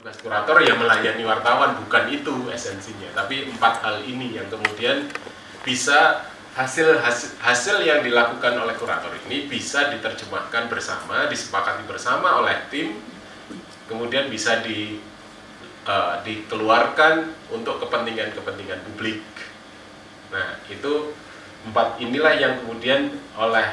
Tugas kurator ya melayani wartawan, bukan itu esensinya. Tapi 4 hal ini yang kemudian bisa hasil yang dilakukan oleh kurator ini bisa diterjemahkan bersama, disepakati bersama oleh tim, kemudian bisa dikeluarkan untuk kepentingan-kepentingan publik. Nah, itu 4 inilah yang kemudian oleh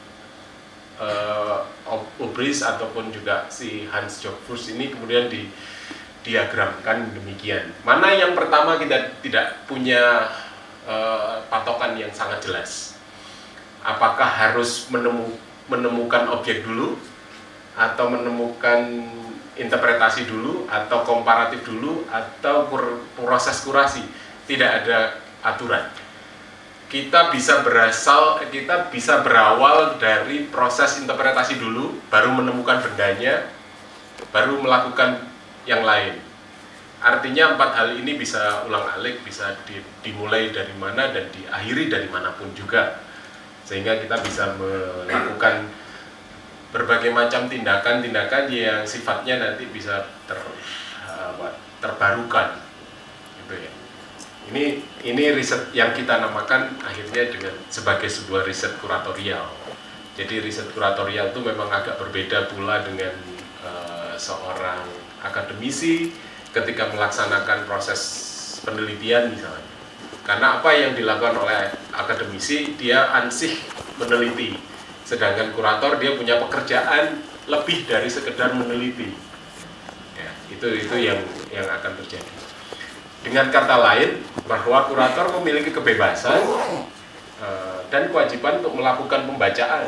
Ubris ataupun juga si Hans Jogfors ini kemudian didiagramkan demikian. Mana yang pertama kita tidak punya patokan yang sangat jelas. Apakah harus menemukan objek dulu, atau menemukan interpretasi dulu, atau komparatif dulu, atau proses kurasi? Tidak ada aturan. Kita bisa berawal dari proses interpretasi dulu, baru menemukan bendanya, baru melakukan yang lain. Artinya 4 hal ini bisa ulang-alik, bisa dimulai dari mana dan diakhiri dari manapun juga, sehingga kita bisa melakukan berbagai macam tindakan-tindakan yang sifatnya nanti bisa terbarukan, gitu ya. Ini riset yang kita namakan akhirnya sebagai sebuah riset kuratorial. Jadi riset kuratorial itu memang agak berbeda pula dengan seorang akademisi ketika melaksanakan proses penelitian misalnya. Karena apa yang dilakukan oleh akademisi, dia ansih meneliti. Sedangkan kurator dia punya pekerjaan lebih dari sekedar meneliti. Ya, itu yang akan terjadi. Dengan kata lain, bahwa kurator memiliki kebebasan dan kewajiban untuk melakukan pembacaan.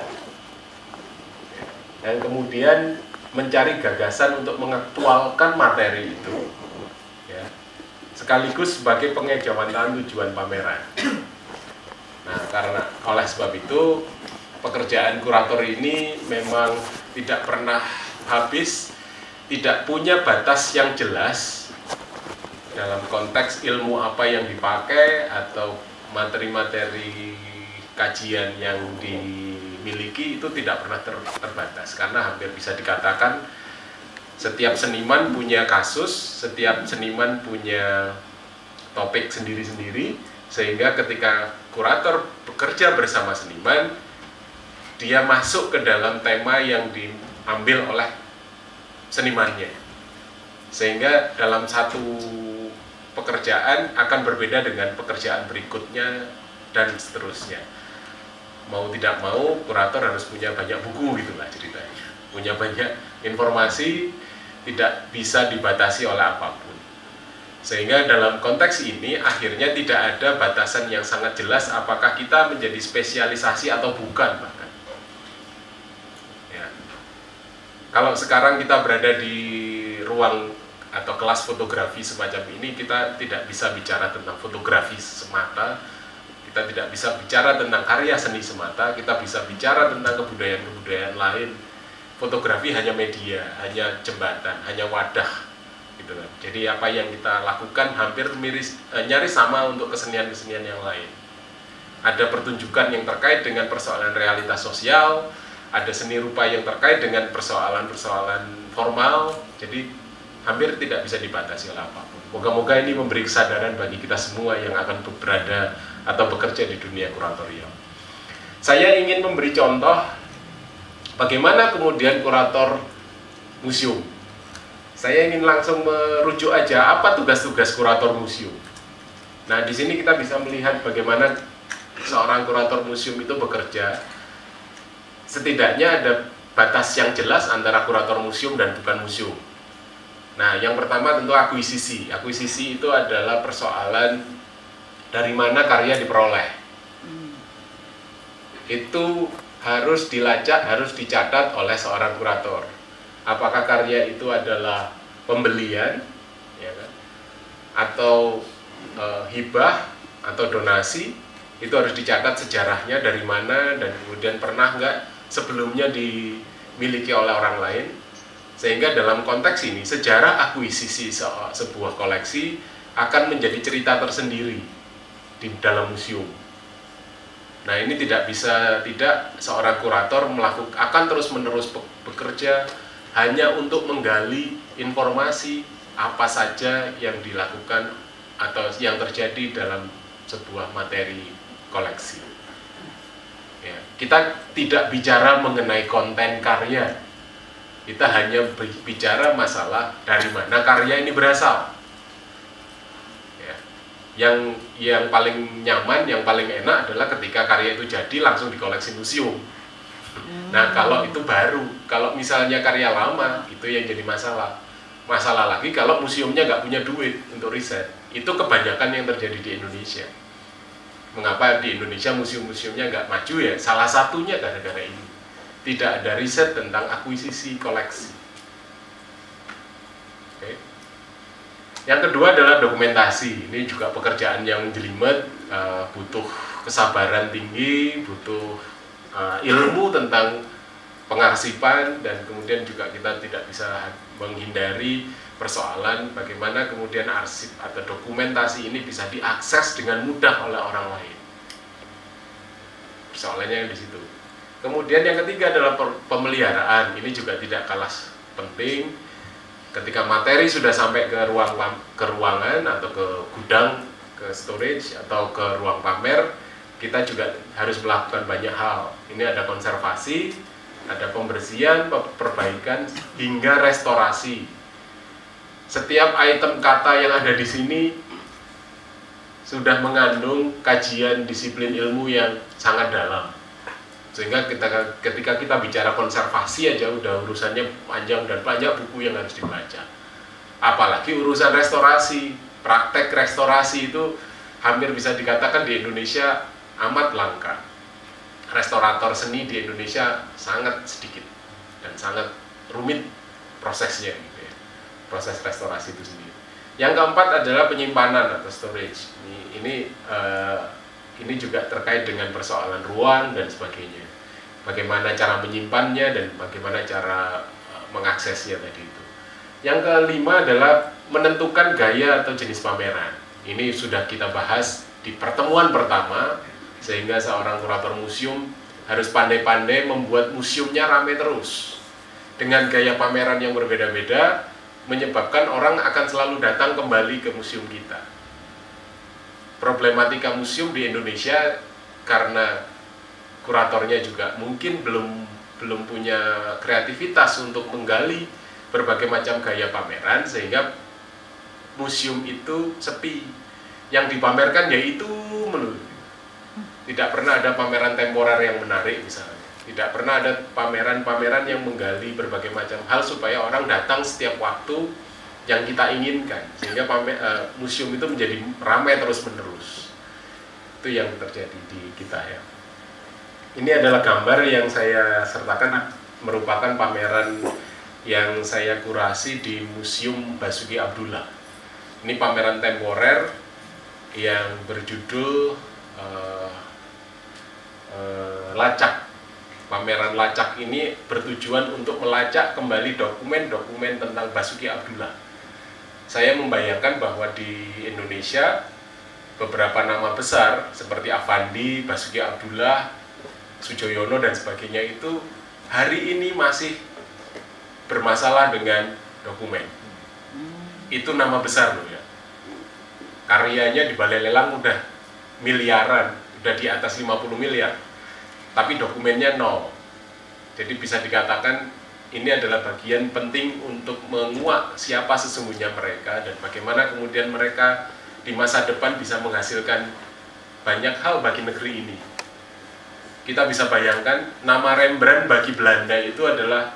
Dan kemudian mencari gagasan untuk mengaktualkan materi itu, ya, sekaligus sebagai pengejawantahan tujuan pameran. Nah, karena oleh sebab itu pekerjaan kurator ini memang tidak pernah habis, tidak punya batas yang jelas dalam konteks ilmu apa yang dipakai atau materi-materi kajian yang dimiliki, itu tidak pernah terbatas, karena hampir bisa dikatakan setiap seniman punya kasus, setiap seniman punya topik sendiri-sendiri, sehingga ketika kurator bekerja bersama seniman, dia masuk ke dalam tema yang diambil oleh senimannya, sehingga dalam satu pekerjaan akan berbeda dengan pekerjaan berikutnya dan seterusnya. Mau tidak mau, kurator harus punya banyak buku, gitulah ceritanya. Punya banyak informasi, tidak bisa dibatasi oleh apapun. Sehingga dalam konteks ini akhirnya tidak ada batasan yang sangat jelas apakah kita menjadi spesialisasi atau bukan bahkan. Ya. Kalau sekarang kita berada di ruang atau kelas fotografi semacam ini, kita tidak bisa bicara tentang fotografi semata, kita tidak bisa bicara tentang karya seni semata, kita bisa bicara tentang kebudayaan-kebudayaan lain. Fotografi hanya media, hanya jembatan, hanya wadah, gitu kan. Jadi apa yang kita lakukan hampir nyaris sama untuk kesenian-kesenian yang lain. Ada pertunjukan yang terkait dengan persoalan realitas sosial, ada seni rupa yang terkait dengan persoalan-persoalan formal, jadi hampir tidak bisa dibatasi oleh apapun. Moga-moga ini memberi kesadaran bagi kita semua yang akan berada atau bekerja di dunia kuratorial. Saya ingin memberi contoh bagaimana kemudian kurator museum. Saya ingin langsung merujuk aja apa tugas-tugas kurator museum. Nah, di sini kita bisa melihat bagaimana seorang kurator museum itu bekerja. Setidaknya ada batas yang jelas antara kurator museum dan bukan museum. Nah, yang pertama tentu akuisisi. Akuisisi itu adalah persoalan dari mana karya diperoleh. Itu harus dilacak, harus dicatat oleh seorang kurator. Apakah karya itu adalah pembelian, ya kan? Atau hibah atau donasi, itu harus dicatat sejarahnya dari mana dan kemudian pernah nggak sebelumnya dimiliki oleh orang lain. Sehingga dalam konteks ini sejarah akuisisi sebuah koleksi akan menjadi cerita tersendiri di dalam museum. Nah, ini tidak seorang kurator akan terus-menerus bekerja hanya untuk menggali informasi apa saja yang dilakukan atau yang terjadi dalam sebuah materi koleksi. Ya, kita tidak bicara mengenai konten karya, kita hanya bicara masalah dari mana karya ini berasal. Ya, yang paling nyaman, yang paling enak adalah ketika karya itu jadi langsung dikoleksi museum. Nah kalau itu baru, kalau misalnya karya lama itu yang jadi masalah. Masalah lagi kalau museumnya nggak punya duit untuk riset. Itu kebanyakan yang terjadi di Indonesia. Mengapa di Indonesia museum-museumnya nggak maju ya? Salah satunya gara-gara ini. Tidak ada riset tentang akuisisi koleksi. Oke. Yang kedua adalah dokumentasi. Ini juga pekerjaan yang jelimet, butuh kesabaran tinggi, butuh ilmu tentang pengarsipan, dan kemudian juga kita tidak bisa menghindari persoalan bagaimana kemudian arsip atau dokumentasi ini bisa diakses dengan mudah oleh orang lain. Persoalannya yang di situ. Kemudian yang ketiga adalah pemeliharaan. Ini juga tidak kalah penting. Ketika materi sudah sampai ke ruangan atau ke gudang, ke storage atau ke ruang pamer, kita juga harus melakukan banyak hal. Ini ada konservasi, ada pembersihan, perbaikan, hingga restorasi. Setiap item kata yang ada di sini sudah mengandung kajian disiplin ilmu yang sangat dalam. Sehingga ketika kita bicara konservasi aja udah urusannya panjang dan banyak buku yang harus dibaca. Apalagi urusan restorasi, praktek restorasi itu hampir bisa dikatakan di Indonesia amat langka. Restorator seni di Indonesia sangat sedikit dan sangat rumit prosesnya gitu ya. Proses restorasi itu sendiri. Yang keempat adalah penyimpanan atau storage. Ini juga terkait dengan persoalan ruang dan sebagainya. Bagaimana cara menyimpannya dan bagaimana cara mengaksesnya tadi itu. Yang kelima adalah menentukan gaya atau jenis pameran. Ini sudah kita bahas di pertemuan pertama, sehingga seorang kurator museum harus pandai-pandai membuat museumnya ramai terus. Dengan gaya pameran yang berbeda-beda, menyebabkan orang akan selalu datang kembali ke museum kita. Problematika museum di Indonesia karena kuratornya juga mungkin belum punya kreativitas untuk menggali berbagai macam gaya pameran, sehingga museum itu sepi. Yang dipamerkan yaitu melulu. Tidak pernah ada pameran temporer yang menarik misalnya. Tidak pernah ada pameran-pameran yang menggali berbagai macam hal supaya orang datang setiap waktu yang kita inginkan. Sehingga museum itu menjadi ramai terus-menerus. Itu yang terjadi di kita ya. Ini adalah gambar yang saya sertakan, merupakan pameran yang saya kurasi di Museum Basuki Abdullah. Ini pameran temporer yang berjudul Lacak. Pameran Lacak ini bertujuan untuk melacak kembali dokumen-dokumen tentang Basuki Abdullah. Saya membayangkan bahwa di Indonesia beberapa nama besar seperti Affandi, Basuki Abdullah, Sujoyono dan sebagainya itu hari ini masih bermasalah dengan dokumen. Itu nama besar loh ya. Karyanya di balai lelang udah miliaran, udah di atas 50 miliar. Tapi dokumennya nol. Jadi bisa dikatakan ini adalah bagian penting untuk menguak siapa sesungguhnya mereka dan bagaimana kemudian mereka di masa depan bisa menghasilkan banyak hal bagi negeri ini. Kita bisa bayangkan nama Rembrandt bagi Belanda itu adalah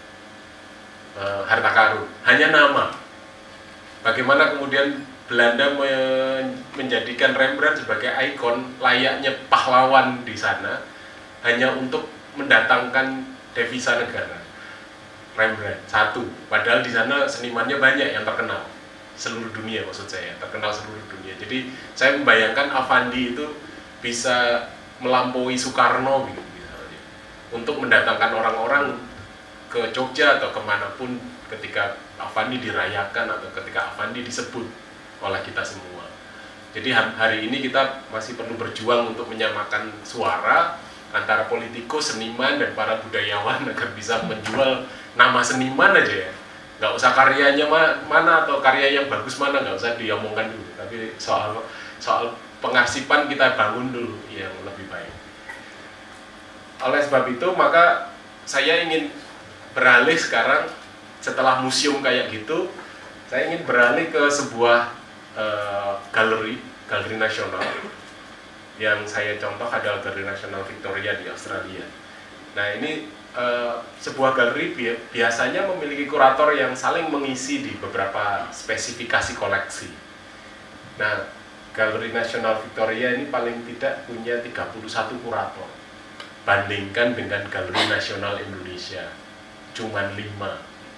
harta karun, hanya nama. Bagaimana kemudian Belanda menjadikan Rembrandt sebagai ikon layaknya pahlawan di sana hanya untuk mendatangkan devisa negara. Rembrandt satu, padahal di sana senimannya banyak yang terkenal seluruh dunia, maksud saya terkenal seluruh dunia. Jadi saya membayangkan Affandi itu bisa melampaui Soekarno gitu, misalnya, untuk mendatangkan orang-orang ke Jogja atau kemanapun ketika Affandi dirayakan atau ketika Affandi disebut oleh kita semua. Jadi hari ini kita masih perlu berjuang untuk menyamakan suara antara politikus, seniman, dan para budayawan agar bisa menjual nama seniman aja ya. Nggak usah karyanya mana atau karya yang bagus mana, nggak usah diomongkan dulu, tapi soal pengarsipan kita bangun dulu yang lebih baik. Oleh sebab itu maka saya ingin beralih sekarang, setelah museum kayak gitu, saya ingin beralih ke sebuah galeri nasional. Yang saya contoh adalah Galeri Nasional Victoria di Australia. Nah ini sebuah galeri biasanya memiliki kurator yang saling mengisi di beberapa spesifikasi koleksi. Nah, Galeri Nasional Victoria ini paling tidak punya 31 kurator. Bandingkan dengan Galeri Nasional Indonesia, cuman 5.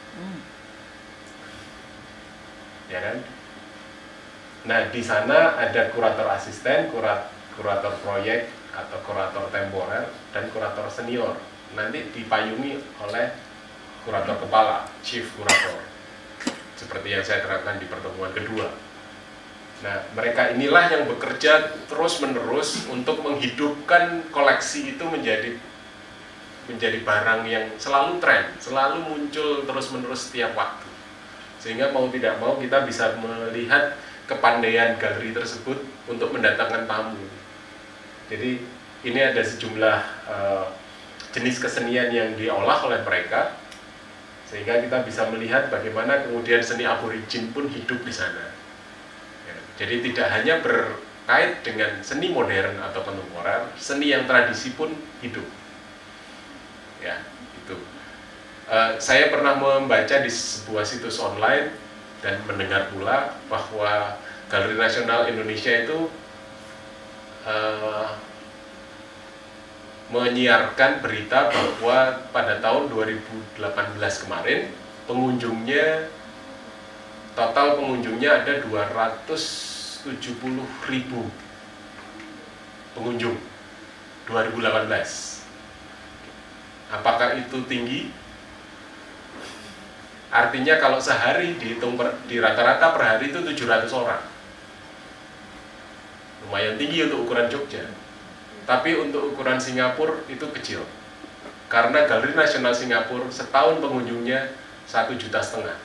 Ya kan? Nah, di sana ada kurator asisten, kurator proyek atau kurator temporer, dan kurator senior. Nanti dipayungi oleh kurator kepala, chief kurator, seperti yang saya terangkan di pertemuan kedua. Nah, mereka inilah yang bekerja terus-menerus untuk menghidupkan koleksi itu menjadi barang yang selalu tren, selalu muncul terus-menerus setiap waktu. Sehingga mau tidak mau kita bisa melihat kepandaian galeri tersebut untuk mendatangkan tamu. Jadi ini ada sejumlah jenis kesenian yang diolah oleh mereka, sehingga kita bisa melihat bagaimana kemudian seni aborigin pun hidup di sana. Ya, jadi tidak hanya berkait dengan seni modern atau kontemporer, seni yang tradisi pun hidup. Ya, itu. Saya pernah membaca di sebuah situs online dan mendengar pula bahwa Galeri Nasional Indonesia itu menyiarkan berita bahwa pada tahun 2018 kemarin total pengunjungnya ada 270.000 pengunjung 2018. Apakah itu tinggi? Artinya kalau sehari dihitung di rata-rata per hari itu 700 orang. Lumayan tinggi untuk ukuran Jogja. Tapi untuk ukuran Singapura itu kecil. Karena Galeri Nasional Singapura setahun pengunjungnya 1,5 juta.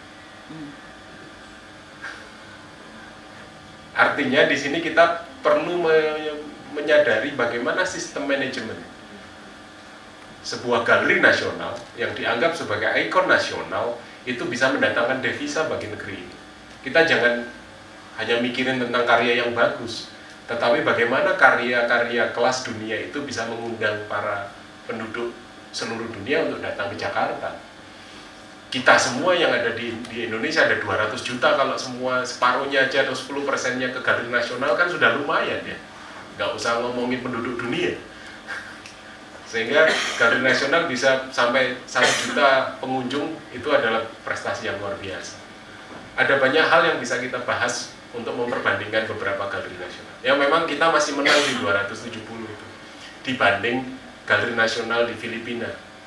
Artinya di sini kita perlu menyadari bagaimana sistem manajemen sebuah galeri nasional yang dianggap sebagai ikon nasional itu bisa mendatangkan devisa bagi negeri ini. Kita jangan hanya mikirin tentang karya yang bagus, tetapi bagaimana karya-karya kelas dunia itu bisa mengundang para penduduk seluruh dunia untuk datang ke Jakarta. Kita semua yang ada di Indonesia ada 200 juta, kalau semua separuhnya aja atau 10%-nya ke galeri nasional kan sudah lumayan ya. Nggak usah ngomongin penduduk dunia. Sehingga galeri nasional bisa sampai 1 juta pengunjung, itu adalah prestasi yang luar biasa. Ada banyak hal yang bisa kita bahas untuk memperbandingkan beberapa galeri nasional. Yang memang kita masih menang di 270 itu dibanding galeri nasional di Filipina.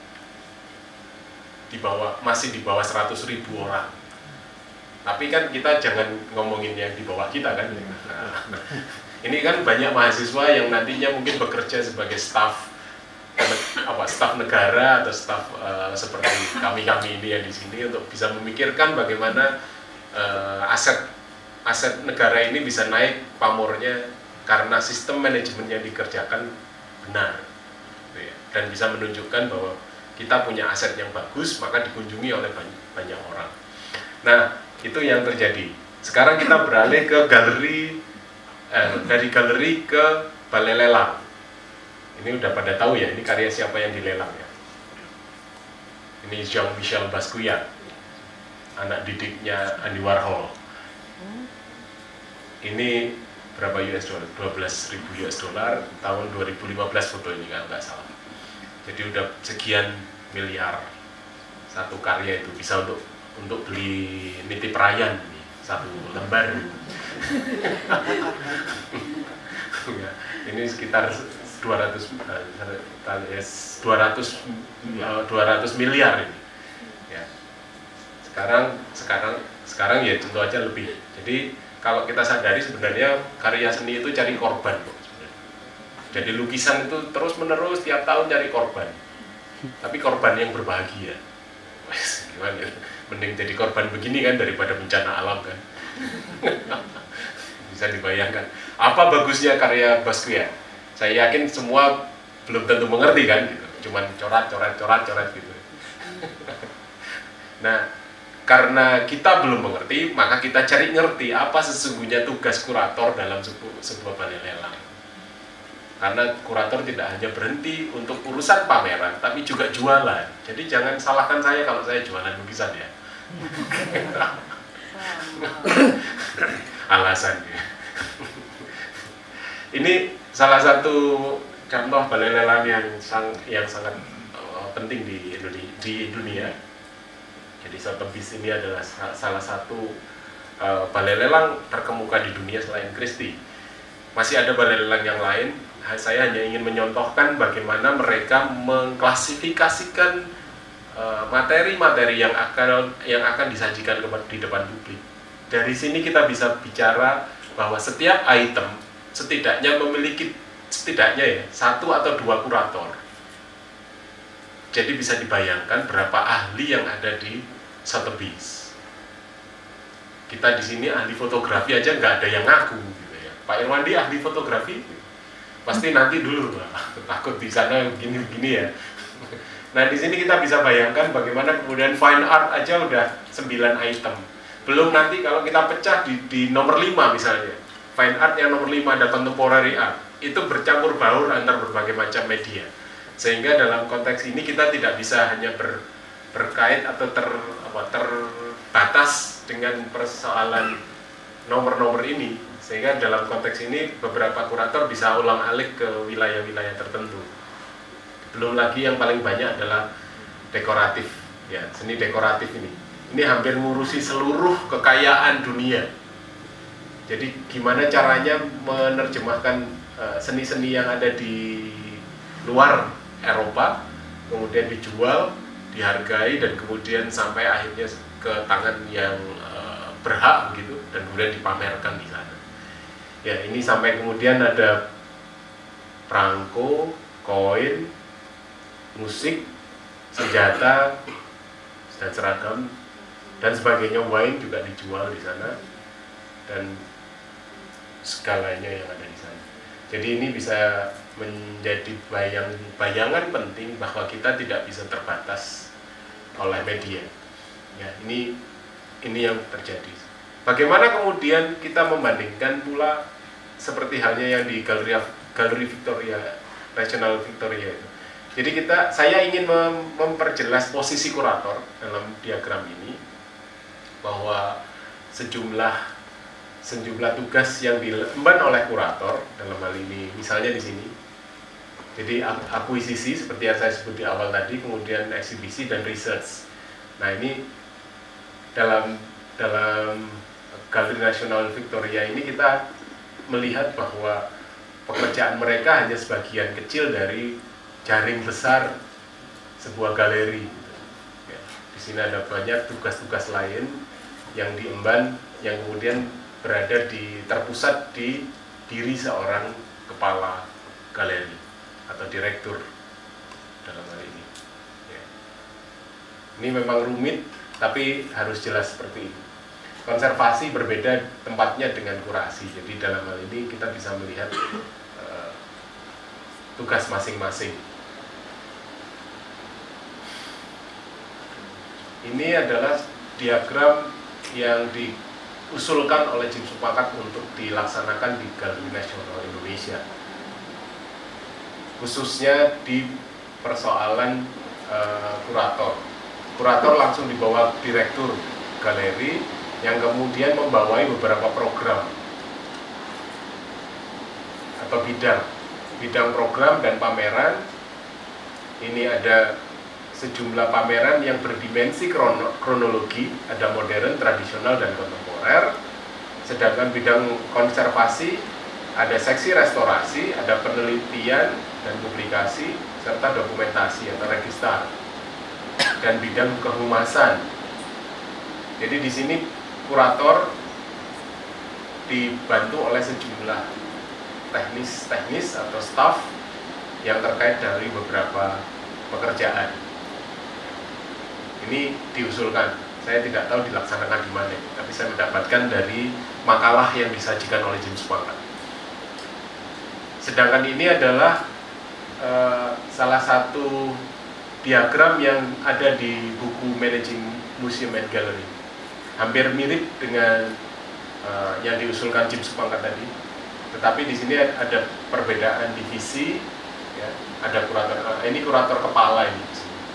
Masih di bawah 100.000 orang. Tapi kan kita jangan ngomongin yang di bawah kita kan. Nah, ini kan banyak mahasiswa yang nantinya mungkin bekerja sebagai staf negara atau staf seperti kami ini yang di sini, untuk bisa memikirkan bagaimana aset negara ini bisa naik pamornya karena sistem manajemen yang dikerjakan benar, dan bisa menunjukkan bahwa kita punya aset yang bagus, maka dikunjungi oleh banyak orang. Nah, itu yang terjadi. Sekarang kita beralih ke galeri, dari galeri ke balai lelang. Ini udah pada tahu ya, ini karya siapa yang dilelang ya. Ini Jean-Michel Basquiat, anak didiknya Andy Warhol. Ini berapa US dollar? 12.000 US dollar tahun 2015 foto ini kalau nggak salah. Jadi udah sekian miliar satu karya itu, bisa untuk beli nitip Ryan ini satu lembar. Ini sekitar 200 miliar ini. Ya. Sekarang ya tentu aja lebih. Jadi kalau kita sadari sebenarnya karya seni itu cari korban kok. Jadi lukisan itu terus-menerus tiap tahun cari korban, tapi korban yang berbahagia. Gimana ya? Mending jadi korban begini kan daripada bencana alam kan. Bisa dibayangkan. Apa bagusnya karya Basquiat? Saya yakin semua belum tentu mengerti kan gitu. Cuman coret gitu. Nah, karena kita belum mengerti, maka kita cari ngerti apa sesungguhnya tugas kurator dalam sebuah balai lelang. Karena kurator tidak hanya berhenti untuk urusan pameran, tapi juga jualan. Jadi jangan salahkan saya kalau saya jualan lukisan ya. Alasannya. Ini salah satu contoh balai lelang yang sangat penting di dunia. Jadi Sotheby's ini adalah salah satu balai lelang terkemuka di dunia selain Christie. Masih ada balai lelang yang lain. Saya hanya ingin menyontohkan bagaimana mereka mengklasifikasikan materi-materi yang akan disajikan di depan publik. Dari sini kita bisa bicara bahwa setiap item setidaknya memiliki satu atau dua kurator. Jadi bisa dibayangkan berapa ahli yang ada di Sotheby's. Kita di sini ahli fotografi aja nggak ada yang ngaku, gitu ya. Pak Irwandi ahli fotografi, pasti nanti dulu takut di sana begini ya. Nah di sini kita bisa bayangkan bagaimana kemudian fine art aja udah 9 item. Belum nanti kalau kita pecah di nomor 5 misalnya. Fine art yang nomor 5 ada contemporary art. Itu bercampur baur antar berbagai macam media. Sehingga dalam konteks ini kita tidak bisa hanya berkait atau terbatas dengan persoalan nomor-nomor ini. Sehingga dalam konteks ini beberapa kurator bisa ulang-alik ke wilayah-wilayah tertentu. Belum lagi yang paling banyak adalah dekoratif, ya, seni dekoratif ini. Ini hampir ngurusi seluruh kekayaan dunia. Jadi gimana caranya menerjemahkan seni-seni yang ada di luar Eropa, kemudian dijual, dihargai, dan kemudian sampai akhirnya ke tangan yang berhak gitu, dan kemudian dipamerkan di sana. Ya, ini sampai kemudian ada perangko, koin, musik, senjata, dan seragam, dan sebagainya. Wine juga dijual di sana, dan segalanya yang ada di sana. Jadi ini bisa menjadi bayangan penting bahwa kita tidak bisa terbatas oleh media. Ya, ini yang terjadi. Bagaimana kemudian kita membandingkan pula seperti halnya yang di Galeri Victoria, National Victoria itu. Jadi saya ingin memperjelas posisi kurator dalam diagram ini, bahwa sejumlah tugas yang diemban oleh kurator dalam hal ini, misalnya di sini. Jadi akuisisi seperti yang saya sebut di awal tadi, kemudian eksibisi dan research. Nah ini dalam Galeri Nasional Victoria ini kita melihat bahwa pekerjaan mereka hanya sebagian kecil dari jaring besar sebuah galeri. Ya, di sini ada banyak tugas-tugas lain yang diemban, yang kemudian terpusat di diri seorang kepala galeri atau direktur dalam hal ini. Ya. Ini memang rumit, tapi harus jelas seperti ini. Konservasi berbeda tempatnya dengan kurasi. Jadi dalam hal ini kita bisa melihat tugas masing-masing. Ini adalah diagram yang diusulkan oleh Jim Supakat untuk dilaksanakan di Galeri Nasional Indonesia, khususnya di persoalan kurator. Kurator langsung dibawa direktur galeri yang kemudian membawai beberapa program atau bidang program dan pameran. Ini ada sejumlah pameran yang berdimensi kronologi, ada modern, tradisional, dan kontemporer. Sedangkan bidang konservasi ada seksi restorasi, ada penelitian dan publikasi, serta dokumentasi atau register, dan bidang kehumasan. Jadi di sini kurator dibantu oleh sejumlah teknis atau staf yang terkait dari beberapa pekerjaan. Ini diusulkan Saya tidak tahu dilaksanakan di mana, tapi saya mendapatkan dari makalah yang disajikan oleh James Wang. Sedangkan ini adalah salah satu diagram yang ada di buku Managing Museum and Gallery. Hampir mirip dengan yang diusulkan James Wang tadi. Tetapi di sini ada perbedaan divisi, ya. Ada kurator, ini kurator kepala ini.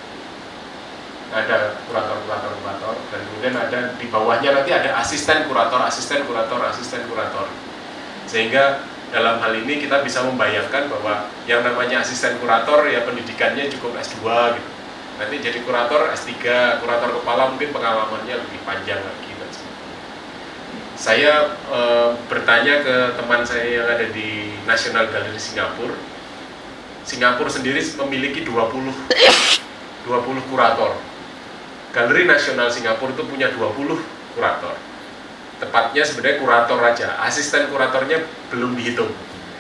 Ada kurator, dan kemudian ada di bawahnya nanti ada asisten kurator. Sehingga dalam hal ini kita bisa membayangkan bahwa yang namanya asisten kurator ya pendidikannya cukup S2 gitu. Nanti jadi kurator S3, kurator kepala mungkin pengalamannya lebih panjang lagi dan sebagainya. Saya bertanya ke teman saya yang ada di National Gallery Singapura. Singapura sendiri memiliki 20 kurator. Galeri Nasional Singapura itu punya 20 kurator. Tepatnya sebenarnya kurator aja, asisten kuratornya belum dihitung.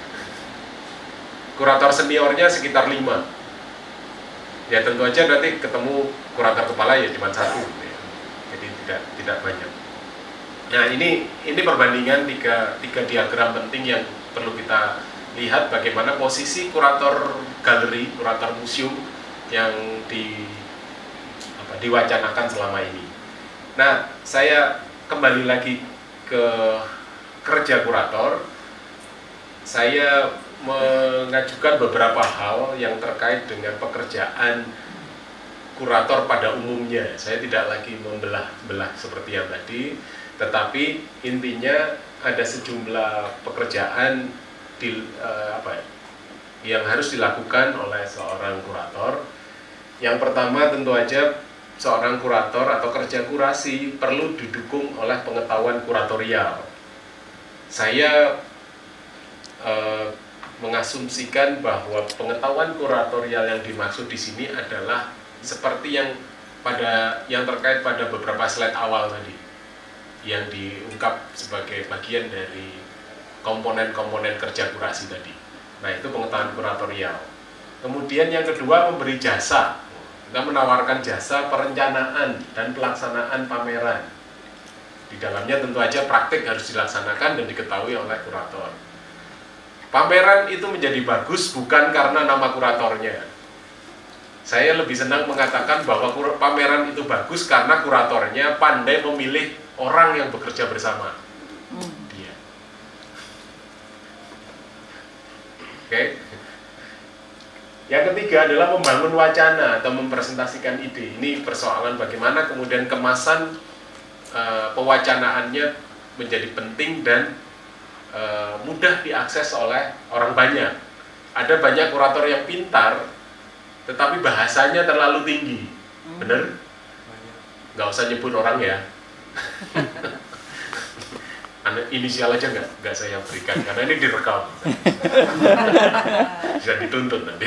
Kurator seniornya sekitar 5. Ya tentu aja nanti ketemu kurator kepala ya cuma 1. Ya. Jadi tidak banyak. Nah ini perbandingan tiga diagram penting yang perlu kita lihat bagaimana posisi kurator galeri, kurator museum yang diwacanakan selama ini. Nah, saya kembali lagi ke kerja kurator. Saya mengajukan beberapa hal yang terkait dengan pekerjaan kurator pada umumnya. Saya tidak lagi membelah-belah seperti yang tadi, tetapi intinya ada sejumlah pekerjaan yang harus dilakukan oleh seorang kurator. Yang pertama tentu aja seorang kurator atau kerja kurasi perlu didukung oleh pengetahuan kuratorial. Saya mengasumsikan bahwa pengetahuan kuratorial yang dimaksud di sini adalah seperti yang terkait pada beberapa slide awal tadi, yang diungkap sebagai bagian dari komponen-komponen kerja kurasi tadi. Nah, itu pengetahuan kuratorial. Kemudian yang kedua, memberi jasa. Kita menawarkan jasa perencanaan dan pelaksanaan pameran. Di dalamnya tentu aja praktik harus dilaksanakan dan diketahui oleh kurator. Pameran itu menjadi bagus bukan karena nama kuratornya. Saya lebih senang mengatakan bahwa pameran itu bagus karena kuratornya pandai memilih orang yang bekerja bersama dia. Oke. Yang ketiga adalah membangun wacana atau mempresentasikan ide. Ini persoalan bagaimana kemudian kemasan pewacanaannya menjadi penting dan mudah diakses oleh orang banyak. Ada banyak kurator yang pintar, tetapi bahasanya terlalu tinggi. Bener? Nggak usah nyebut orang ya. Inisial aja nggak saya berikan karena ini direkam. Bisa dituntut nanti.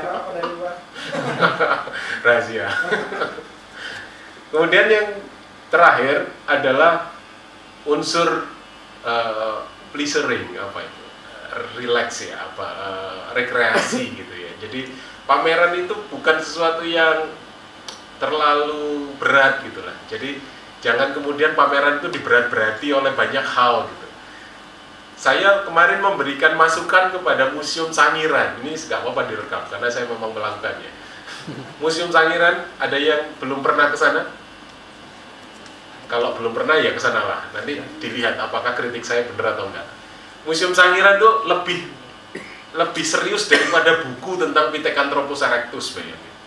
Rahasia. Kemudian yang terakhir adalah unsur pleasuring, relax ya, rekreasi gitu ya. Jadi pameran itu bukan sesuatu yang terlalu berat gitu lah. Jadi jangan kemudian pameran itu diberat-berati oleh banyak hal gitu. Saya kemarin memberikan masukan kepada Museum Sangiran. Ini nggak apa-apa direkam karena saya memang melakukannya. Museum Sangiran, ada yang belum pernah ke sana? Kalau belum pernah ya ke sana lah. Nanti dilihat apakah kritik saya benar atau enggak. Museum Sangiran itu lebih serius daripada buku tentang Pithecanthropus erectus.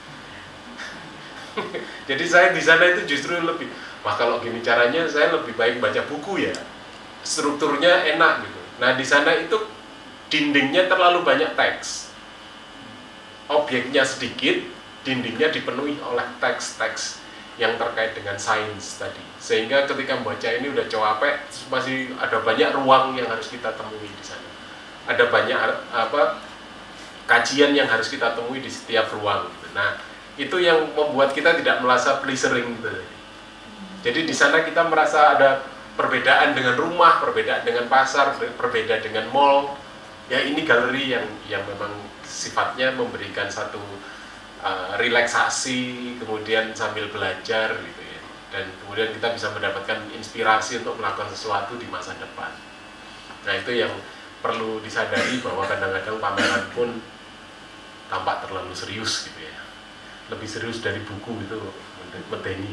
Jadi saya di sana itu justru lebih, wah kalau gini caranya saya lebih baik baca buku ya, strukturnya enak gitu. Nah di sana itu dindingnya terlalu banyak teks, objeknya sedikit, dindingnya dipenuhi oleh teks-teks yang terkait dengan sains tadi, sehingga ketika membaca ini udah capek, masih ada banyak ruang yang harus kita temui di sana, ada banyak kajian yang harus kita temui di setiap ruang gitu. Nah itu yang membuat kita tidak merasa pleasuring gitu. Jadi di sana kita merasa ada perbedaan dengan rumah, perbedaan dengan pasar, berbeda dengan mall. Ya ini galeri yang memang sifatnya memberikan satu relaksasi, kemudian sambil belajar gitu ya. dan kemudian kita bisa mendapatkan inspirasi untuk melakukan sesuatu di masa depan. Nah, itu yang perlu disadari, bahwa kadang-kadang pameran pun tampak terlalu serius gitu ya, lebih serius dari buku itu medeni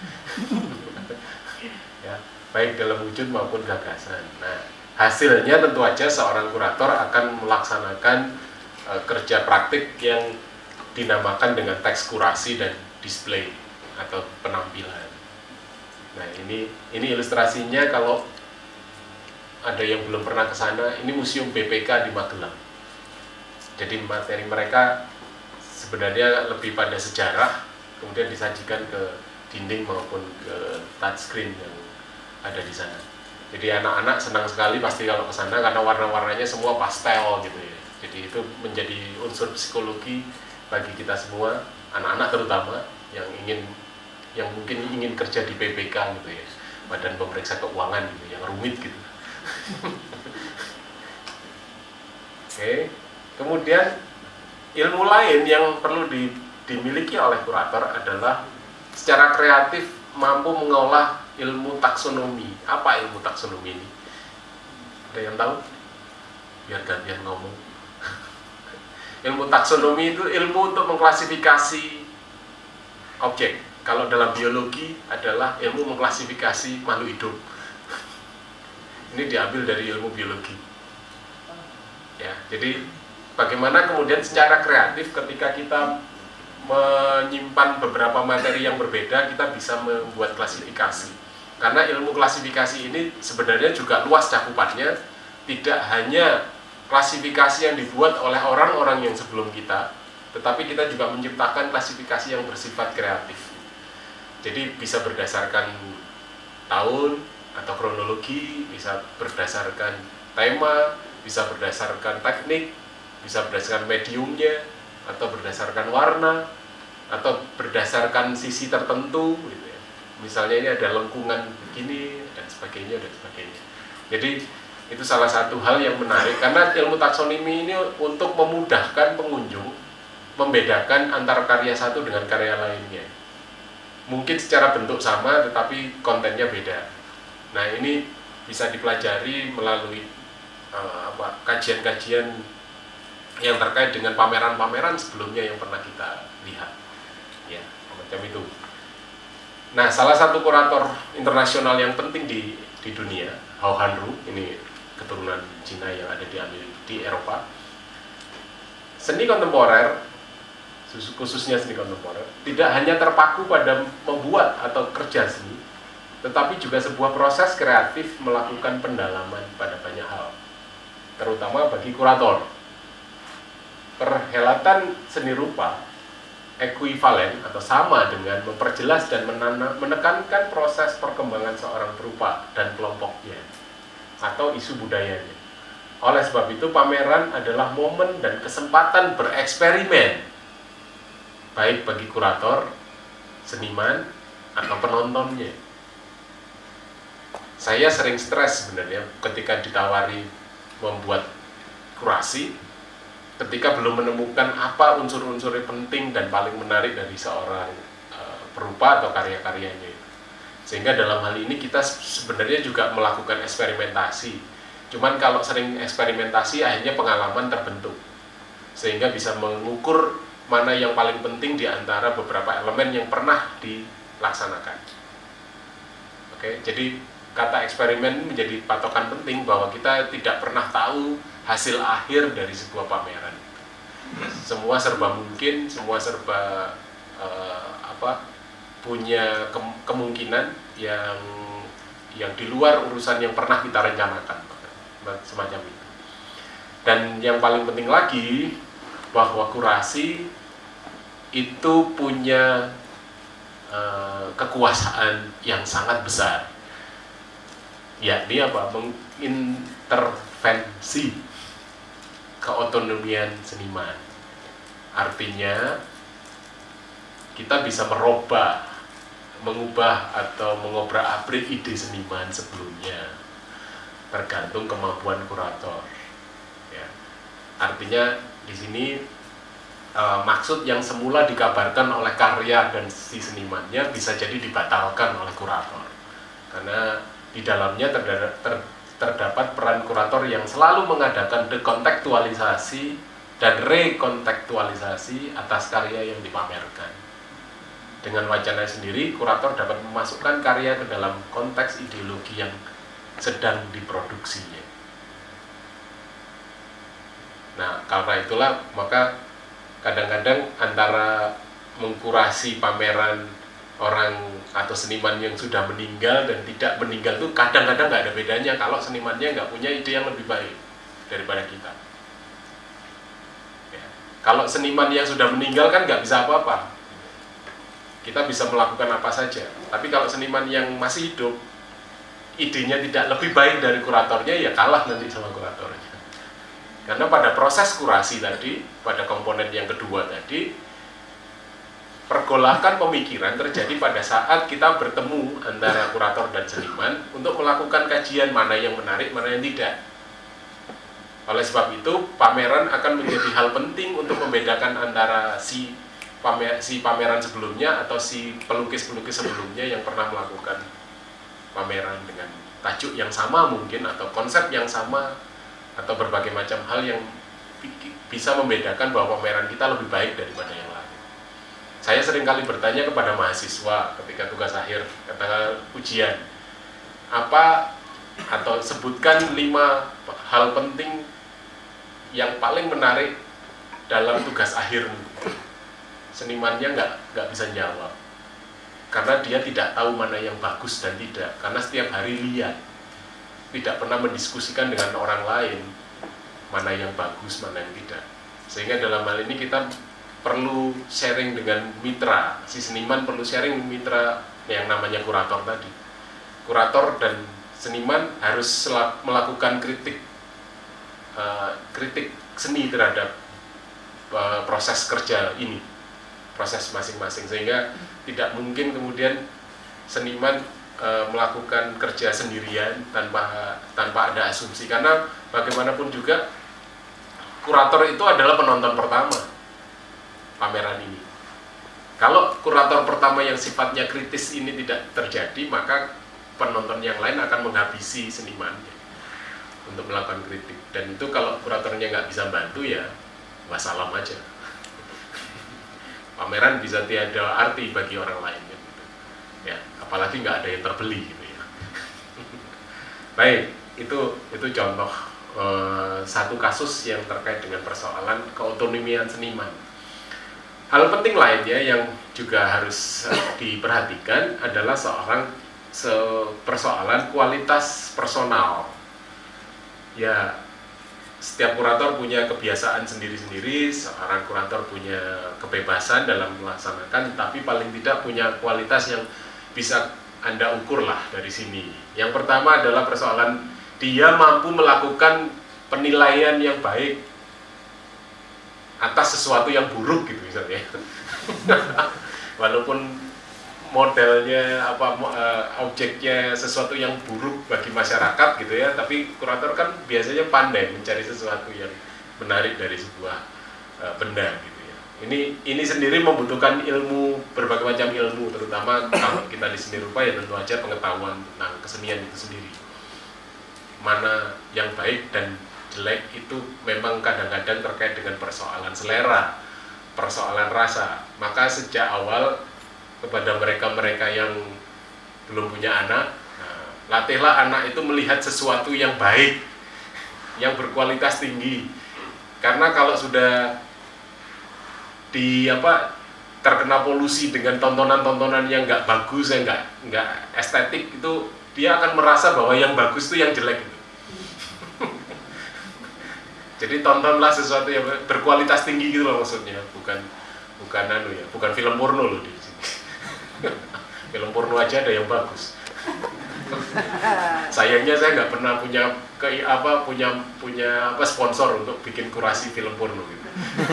ya, baik dalam wujud maupun gagasan. Nah, hasilnya tentu aja seorang kurator akan melaksanakan kerja praktik yang dinamakan dengan teks kurasi dan display atau penampilan. Nah, ini ilustrasinya. Kalau ada yang belum pernah ke sana, ini Museum BPK di Magelang. Jadi materi mereka sebenarnya lebih pada sejarah, kemudian disajikan ke dinding maupun ke touchscreen yang ada di sana. Jadi anak-anak senang sekali pasti kalau ke sana, karena warna-warnanya semua pastel gitu ya. Jadi itu menjadi unsur psikologi bagi kita semua, anak-anak terutama yang mungkin ingin kerja di BPK gitu ya, Badan Pemeriksa Keuangan gitu, yang rumit gitu. Oke. Kemudian ilmu lain yang perlu dimiliki oleh kurator adalah secara kreatif mampu mengolah ilmu taksonomi. Apa ilmu taksonomi ini? Ada yang tahu? Biar gantian ngomong. Ilmu taksonomi itu ilmu untuk mengklasifikasi objek. Kalau dalam biologi adalah ilmu mengklasifikasi makhluk hidup. Ini diambil dari ilmu biologi. Ya, jadi bagaimana kemudian secara kreatif ketika kita menyimpan beberapa materi yang berbeda, kita bisa membuat klasifikasi. Karena ilmu klasifikasi ini sebenarnya juga luas cakupannya, tidak hanya klasifikasi yang dibuat oleh orang-orang yang sebelum kita, tetapi kita juga menciptakan klasifikasi yang bersifat kreatif. Jadi bisa berdasarkan tahun atau kronologi, bisa berdasarkan tema, bisa berdasarkan teknik, bisa berdasarkan mediumnya, atau berdasarkan warna, atau berdasarkan sisi tertentu gitu ya. Misalnya ini ada lengkungan begini dan sebagainya dan sebagainya. Jadi itu salah satu hal yang menarik, karena ilmu taksonomi ini untuk memudahkan pengunjung membedakan antara karya satu dengan karya lainnya. Mungkin secara bentuk sama tetapi kontennya beda. Nah, ini bisa dipelajari melalui kajian-kajian yang terkait dengan pameran-pameran sebelumnya yang pernah kita lihat, ya, macam itu. Nah, salah satu kurator internasional yang penting di dunia, Hao Hanru, ini keturunan Cina yang ada di Eropa. Seni kontemporer, khususnya seni kontemporer, tidak hanya terpaku pada membuat atau kerja seni, tetapi juga sebuah proses kreatif melakukan pendalaman pada banyak hal, terutama bagi kurator. Perhelatan seni rupa ekuivalen atau sama dengan memperjelas dan menekankan proses perkembangan seorang perupa dan kelompoknya atau isu budayanya. Oleh sebab itu, pameran adalah momen dan kesempatan bereksperimen, baik bagi kurator, seniman, atau penontonnya. Saya sering stres sebenarnya ketika ditawari membuat kurasi, ketika belum menemukan apa unsur-unsur yang penting dan paling menarik dari seorang perupa atau karya-karyanya. Sehingga dalam hal ini kita sebenarnya juga melakukan eksperimentasi. Cuman kalau sering eksperimentasi, akhirnya pengalaman terbentuk, sehingga bisa mengukur mana yang paling penting di antara beberapa elemen yang pernah dilaksanakan. Oke, jadi kata eksperimen menjadi patokan penting bahwa kita tidak pernah tahu hasil akhir dari sebuah pameran. Semua serba mungkin, semua serba punya kemungkinan yang di luar urusan yang pernah kita rencanakan, semacam itu. Dan yang paling penting lagi, bahwa kurasi itu punya kekuasaan yang sangat besar, yakni apa? Mengintervensi keotonomian seniman. Artinya kita bisa mengubah atau mengobrak-abrik ide seniman sebelumnya, tergantung kemampuan kurator. Ya. Artinya di sini maksud yang semula dikabarkan oleh karya dan si senimannya bisa jadi dibatalkan oleh kurator. Karena di dalamnya terdapat peran kurator yang selalu mengadakan dekontekstualisasi dan rekontekstualisasi atas karya yang dipamerkan. Dengan wacana sendiri, kurator dapat memasukkan karya ke dalam konteks ideologi yang sedang diproduksinya. Nah, karena itulah maka kadang-kadang antara mengkurasi pameran orang atau seniman yang sudah meninggal dan tidak meninggal itu kadang-kadang nggak ada bedanya kalau senimannya nggak punya ide yang lebih baik daripada kita. Ya. Kalau seniman yang sudah meninggal kan nggak bisa apa-apa. Kita bisa melakukan apa saja. Tapi kalau seniman yang masih hidup, idenya tidak lebih baik dari kuratornya, ya kalah nanti sama kuratornya. Karena pada proses kurasi tadi, pada komponen yang kedua tadi, pergolakan pemikiran terjadi pada saat kita bertemu antara kurator dan seniman untuk melakukan kajian mana yang menarik, mana yang tidak. Oleh sebab itu, pameran akan menjadi hal penting untuk membedakan antara si pameran sebelumnya atau si pelukis-pelukis sebelumnya yang pernah melakukan pameran dengan tajuk yang sama mungkin, atau konsep yang sama, atau berbagai macam hal yang bisa membedakan bahwa pameran kita lebih baik daripada yang lain. Saya seringkali bertanya kepada mahasiswa ketika tugas akhir, ketika ujian, apa atau sebutkan 5 hal penting yang paling menarik dalam tugas akhir. Senimannya nggak bisa jawab, karena dia tidak tahu mana yang bagus dan tidak, karena setiap hari lihat, tidak pernah mendiskusikan dengan orang lain mana yang bagus, mana yang tidak. Sehingga dalam hal ini kita perlu sharing dengan mitra, si seniman perlu sharing mitra yang namanya kurator tadi. Kurator dan seniman harus melakukan kritik seni terhadap proses kerja ini, proses masing-masing, sehingga tidak mungkin kemudian seniman melakukan kerja sendirian tanpa ada asumsi, karena bagaimanapun juga kurator itu adalah penonton pertama pameran ini. Kalau kurator pertama yang sifatnya kritis ini tidak terjadi, maka penonton yang lain akan menghabisi seniman untuk melakukan kritik, dan itu kalau kuratornya nggak bisa bantu, ya wassalam aja. Pameran bisa tiada arti bagi orang lain gitu. Ya, apalagi nggak ada yang terbeli gitu ya. Baik, itu contoh satu kasus yang terkait dengan persoalan keotonomian seniman. Hal penting lainnya yang juga harus diperhatikan adalah persoalan kualitas personal. Ya, setiap kurator punya kebiasaan sendiri-sendiri, seorang kurator punya kebebasan dalam melaksanakan, tapi paling tidak punya kualitas yang bisa Anda ukur lah dari sini. Yang pertama adalah persoalan dia mampu melakukan penilaian yang baik atas sesuatu yang buruk gitu misalnya. Walaupun modelnya objeknya sesuatu yang buruk bagi masyarakat gitu ya, tapi kurator kan biasanya pandai mencari sesuatu yang menarik dari sebuah benda gitu ya. Ini sendiri membutuhkan ilmu, berbagai macam ilmu, terutama kalau kita di seni rupa ya tentu aja pengetahuan tentang kesenian itu sendiri. Mana yang baik dan jelek itu memang kadang-kadang terkait dengan persoalan selera, persoalan rasa. Maka sejak awal kepada mereka-mereka yang belum punya anak, latihlah anak itu melihat sesuatu yang baik, yang berkualitas tinggi. Karena kalau sudah terkena polusi dengan tontonan-tontonan yang nggak bagus, yang nggak estetik, itu dia akan merasa bahwa yang bagus itu yang jelek itu. Jadi tontonlah sesuatu yang berkualitas tinggi gitu loh maksudnya, bukan film porno loh di sini. Film porno aja ada yang bagus. Sayangnya saya nggak pernah punya sponsor untuk bikin kurasi film porno gitu.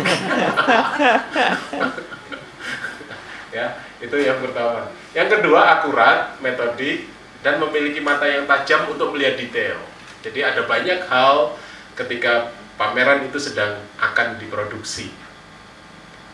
Ya, itu yang pertama. Yang kedua, akurat, metodik, dan memiliki mata yang tajam untuk melihat detail. Jadi ada banyak hal ketika pameran itu sedang akan diproduksi.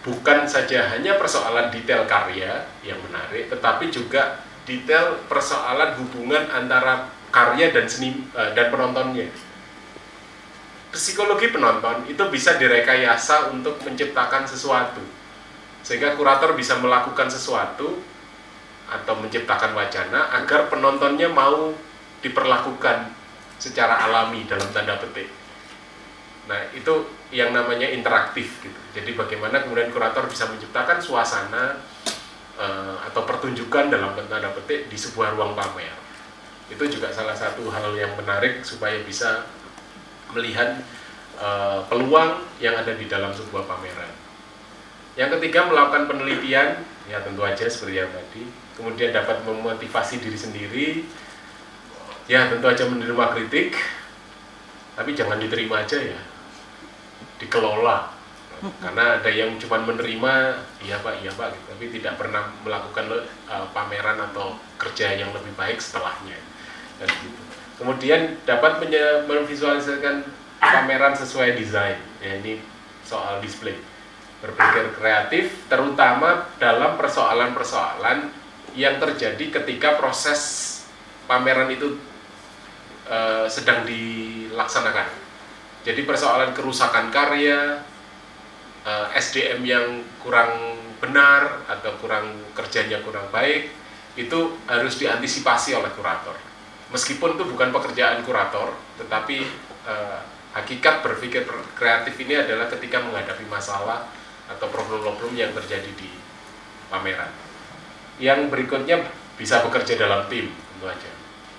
bukan saja hanya persoalan detail karya yang menarik, tetapi juga detail persoalan hubungan antara karya dan dan penontonnya. Psikologi penonton itu bisa direkayasa untuk menciptakan sesuatu, sehingga kurator bisa melakukan sesuatu atau menciptakan wacana agar penontonnya mau diperlakukan secara alami dalam tanda petik. Nah, itu yang namanya interaktif gitu. Jadi bagaimana kemudian kurator bisa menciptakan suasana atau pertunjukan dalam tanda petik di sebuah ruang pamer. Itu juga salah satu hal yang menarik supaya bisa melihat peluang yang ada di dalam sebuah pameran. Yang ketiga, melakukan penelitian, ya tentu aja seperti yang tadi. Kemudian dapat memotivasi diri sendiri, ya tentu aja menerima kritik, tapi jangan diterima aja ya, dikelola. Karena ada yang cuma menerima, iya pak gitu, tapi tidak pernah melakukan pameran atau kerja yang lebih baik setelahnya. Dan gitu. Kemudian dapat memvisualisasikan pameran sesuai desain, ya ini soal display. Berpikir kreatif, terutama dalam persoalan-persoalan yang terjadi ketika proses pameran itu sedang dilaksanakan. Jadi persoalan kerusakan karya, SDM yang kurang benar atau kerjanya kurang baik, itu harus diantisipasi oleh kurator. Meskipun itu bukan pekerjaan kurator, tetapi hakikat berpikir kreatif ini adalah ketika menghadapi masalah atau problem-problem yang terjadi di pameran. Yang berikutnya bisa bekerja dalam tim, tentu aja.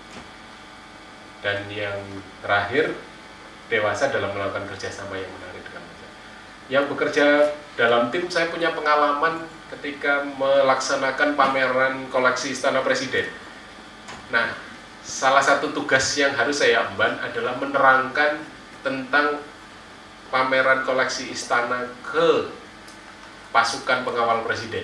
Dan yang terakhir, dewasa dalam melakukan kerjasama yang menarik dengan masyarakat. Yang bekerja dalam tim, saya punya pengalaman ketika melaksanakan pameran koleksi Istana Presiden. Nah, salah satu tugas yang harus saya emban adalah menerangkan tentang pameran koleksi Istana ke pasukan pengawal presiden.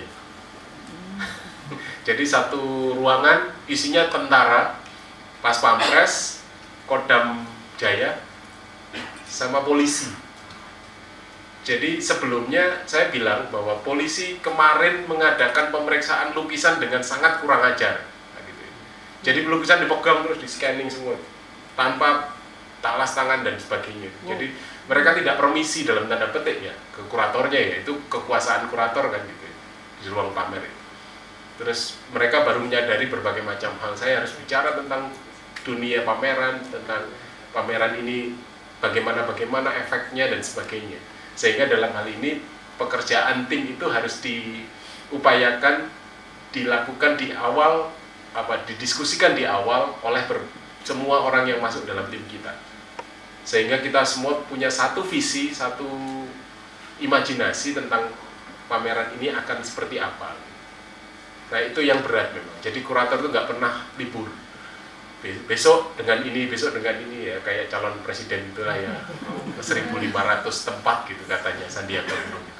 Jadi satu ruangan isinya tentara, pas pampres, Kodam Jaya, sama polisi. Jadi sebelumnya saya bilang bahwa polisi kemarin mengadakan pemeriksaan lukisan dengan sangat kurang ajar. Jadi lukisan dipegang terus di scanning semua, tanpa talas tangan dan sebagainya. Jadi mereka tidak permisi dalam tanda petik ya ke kuratornya, ya itu kekuasaan kurator kan gitu di ruang pamer itu. Terus mereka baru menyadari berbagai macam hal. Saya harus bicara tentang dunia pameran, tentang pameran ini bagaimana efeknya dan sebagainya. Sehingga dalam hal ini pekerjaan tim itu harus diupayakan, dilakukan di awal, didiskusikan di awal oleh semua orang yang masuk dalam tim kita. Sehingga kita semua punya satu visi, satu imajinasi tentang pameran ini akan seperti apa. Nah itu yang berat memang. Jadi kurator itu nggak pernah libur. Besok dengan ini, ya kayak calon presiden itulah ya, 1.500 tempat gitu katanya Sandiaga Uno gitu.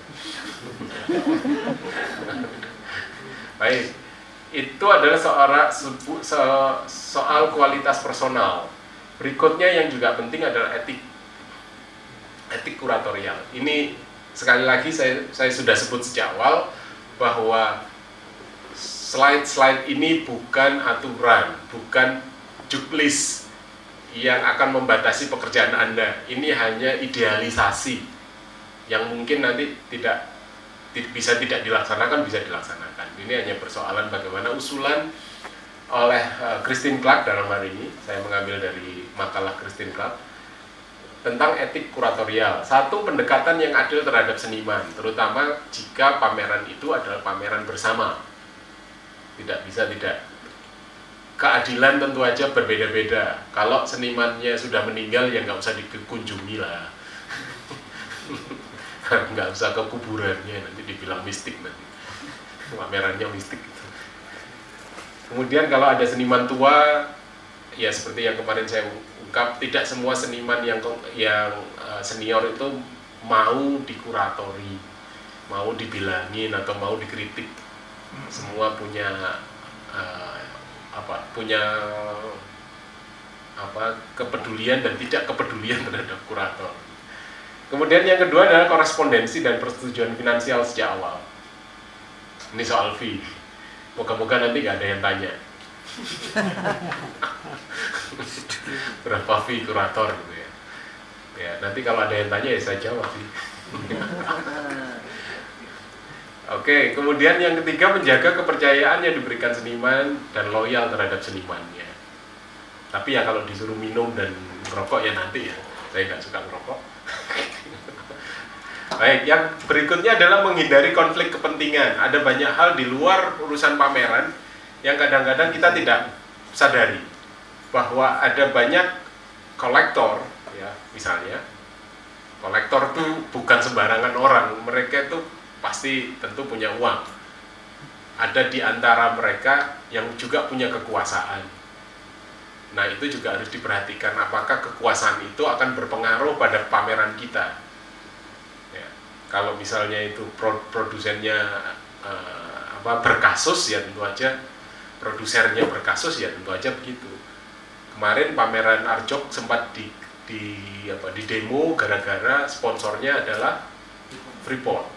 Baik, itu adalah soal kualitas personal. Berikutnya yang juga penting adalah etik kuratorial. Ini sekali lagi saya sudah sebut sejak awal bahwa slide ini bukan aturan, bukan juklis yang akan membatasi pekerjaan Anda. Ini hanya idealisasi yang mungkin nanti bisa tidak dilaksanakan, bisa dilaksanakan. Ini hanya persoalan bagaimana usulan oleh Christine Clark dalam hari ini. Saya mengambil dari makalah Christine Clark tentang etik kuratorial. Satu, pendekatan yang adil terhadap seniman, terutama jika pameran itu adalah pameran bersama. Keadilan tentu aja berbeda-beda. Kalau senimannya sudah meninggal ya nggak usah dikunjungi lah. Nggak usah ke kuburannya, nanti dibilang mistik nanti. Pamerannya mistik gitu. Kemudian kalau ada seniman tua, ya seperti yang kemarin saya ungkap, tidak semua seniman yang senior itu mau dikuratori, mau dibilangin atau mau dikritik. Semua punya kepedulian dan tidak kepedulian terhadap kurator. Kemudian yang kedua adalah korespondensi dan persetujuan finansial sejak awal. Ini soal fee. Moga-moga nanti nggak ada yang tanya. Berapa fee kurator gitu ya. Ya, nanti kalau ada yang tanya ya saya jawab sih. Oke, kemudian yang ketiga menjaga kepercayaan yang diberikan seniman dan loyal terhadap senimannya. Tapi ya kalau disuruh minum dan merokok ya nanti ya. Saya nggak suka merokok. Baik, yang berikutnya adalah menghindari konflik kepentingan. Ada banyak hal di luar urusan pameran yang kadang-kadang kita tidak sadari bahwa ada banyak kolektor, ya misalnya kolektor tuh bukan sembarangan orang. Mereka tuh pasti tentu punya uang. Ada di antara mereka yang juga punya kekuasaan. Nah itu juga harus diperhatikan apakah kekuasaan itu akan berpengaruh pada pameran kita. Ya, kalau misalnya itu produsennya berkasus ya tentu aja, produsernya berkasus ya tentu aja begitu. Kemarin pameran Arjok sempat di demo gara-gara sponsornya adalah Freeport.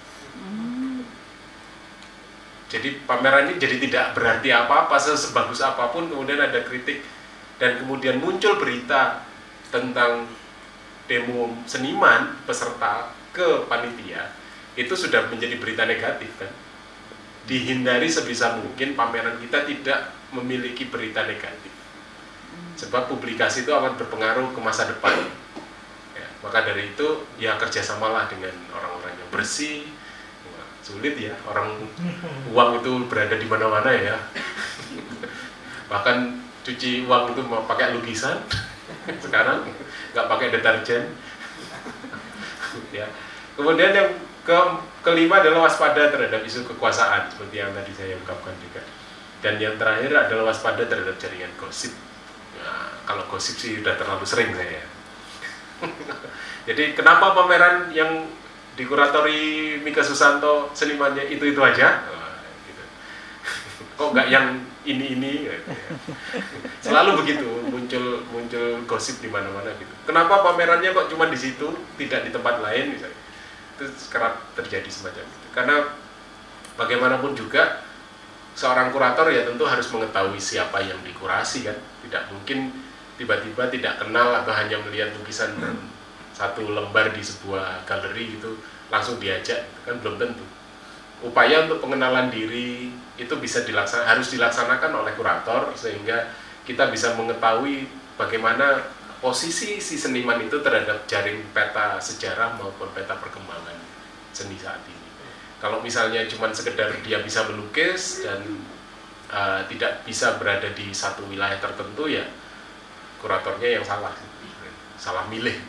Jadi pameran ini jadi tidak berarti apa-apa, sebagus apapun kemudian ada kritik dan kemudian muncul berita tentang demo seniman peserta ke panitia, itu sudah menjadi berita negatif kan. Dihindari sebisa mungkin pameran kita tidak memiliki berita negatif, sebab publikasi itu akan berpengaruh ke masa depan ya, maka dari itu ya kerjasamalah dengan orang-orang yang bersih. Sulit ya, orang uang itu berada di mana-mana ya. Bahkan cuci uang itu mau pakai lukisan sekarang, nggak pakai deterjen. Ya. Kemudian yang kelima adalah waspada terhadap isu kekuasaan seperti yang tadi saya ungkapkan juga. Dan yang terakhir adalah waspada terhadap jaringan gosip. Nah, kalau gosip sih sudah terlalu sering saya. Jadi kenapa pameran yang dikuratori Mika Susanto senimannya itu aja? Wah, gitu. Kok nggak yang ini? Gitu. Selalu begitu, muncul gosip di mana-mana gitu. Kenapa pamerannya kok cuma di situ, tidak di tempat lain misalnya? Itu kerap terjadi semacam itu. Karena bagaimanapun juga seorang kurator ya tentu harus mengetahui siapa yang dikurasi kan. Tidak mungkin tiba-tiba tidak kenal atau hanya melihat lukisan satu lembar di sebuah galeri gitu langsung diajak, kan belum tentu. Upaya untuk pengenalan diri itu harus dilaksanakan oleh kurator sehingga kita bisa mengetahui bagaimana posisi si seniman itu terhadap jaring peta sejarah maupun peta perkembangan seni saat ini. Kalau misalnya cuma sekedar dia bisa melukis dan tidak bisa berada di satu wilayah tertentu ya kuratornya yang salah milih.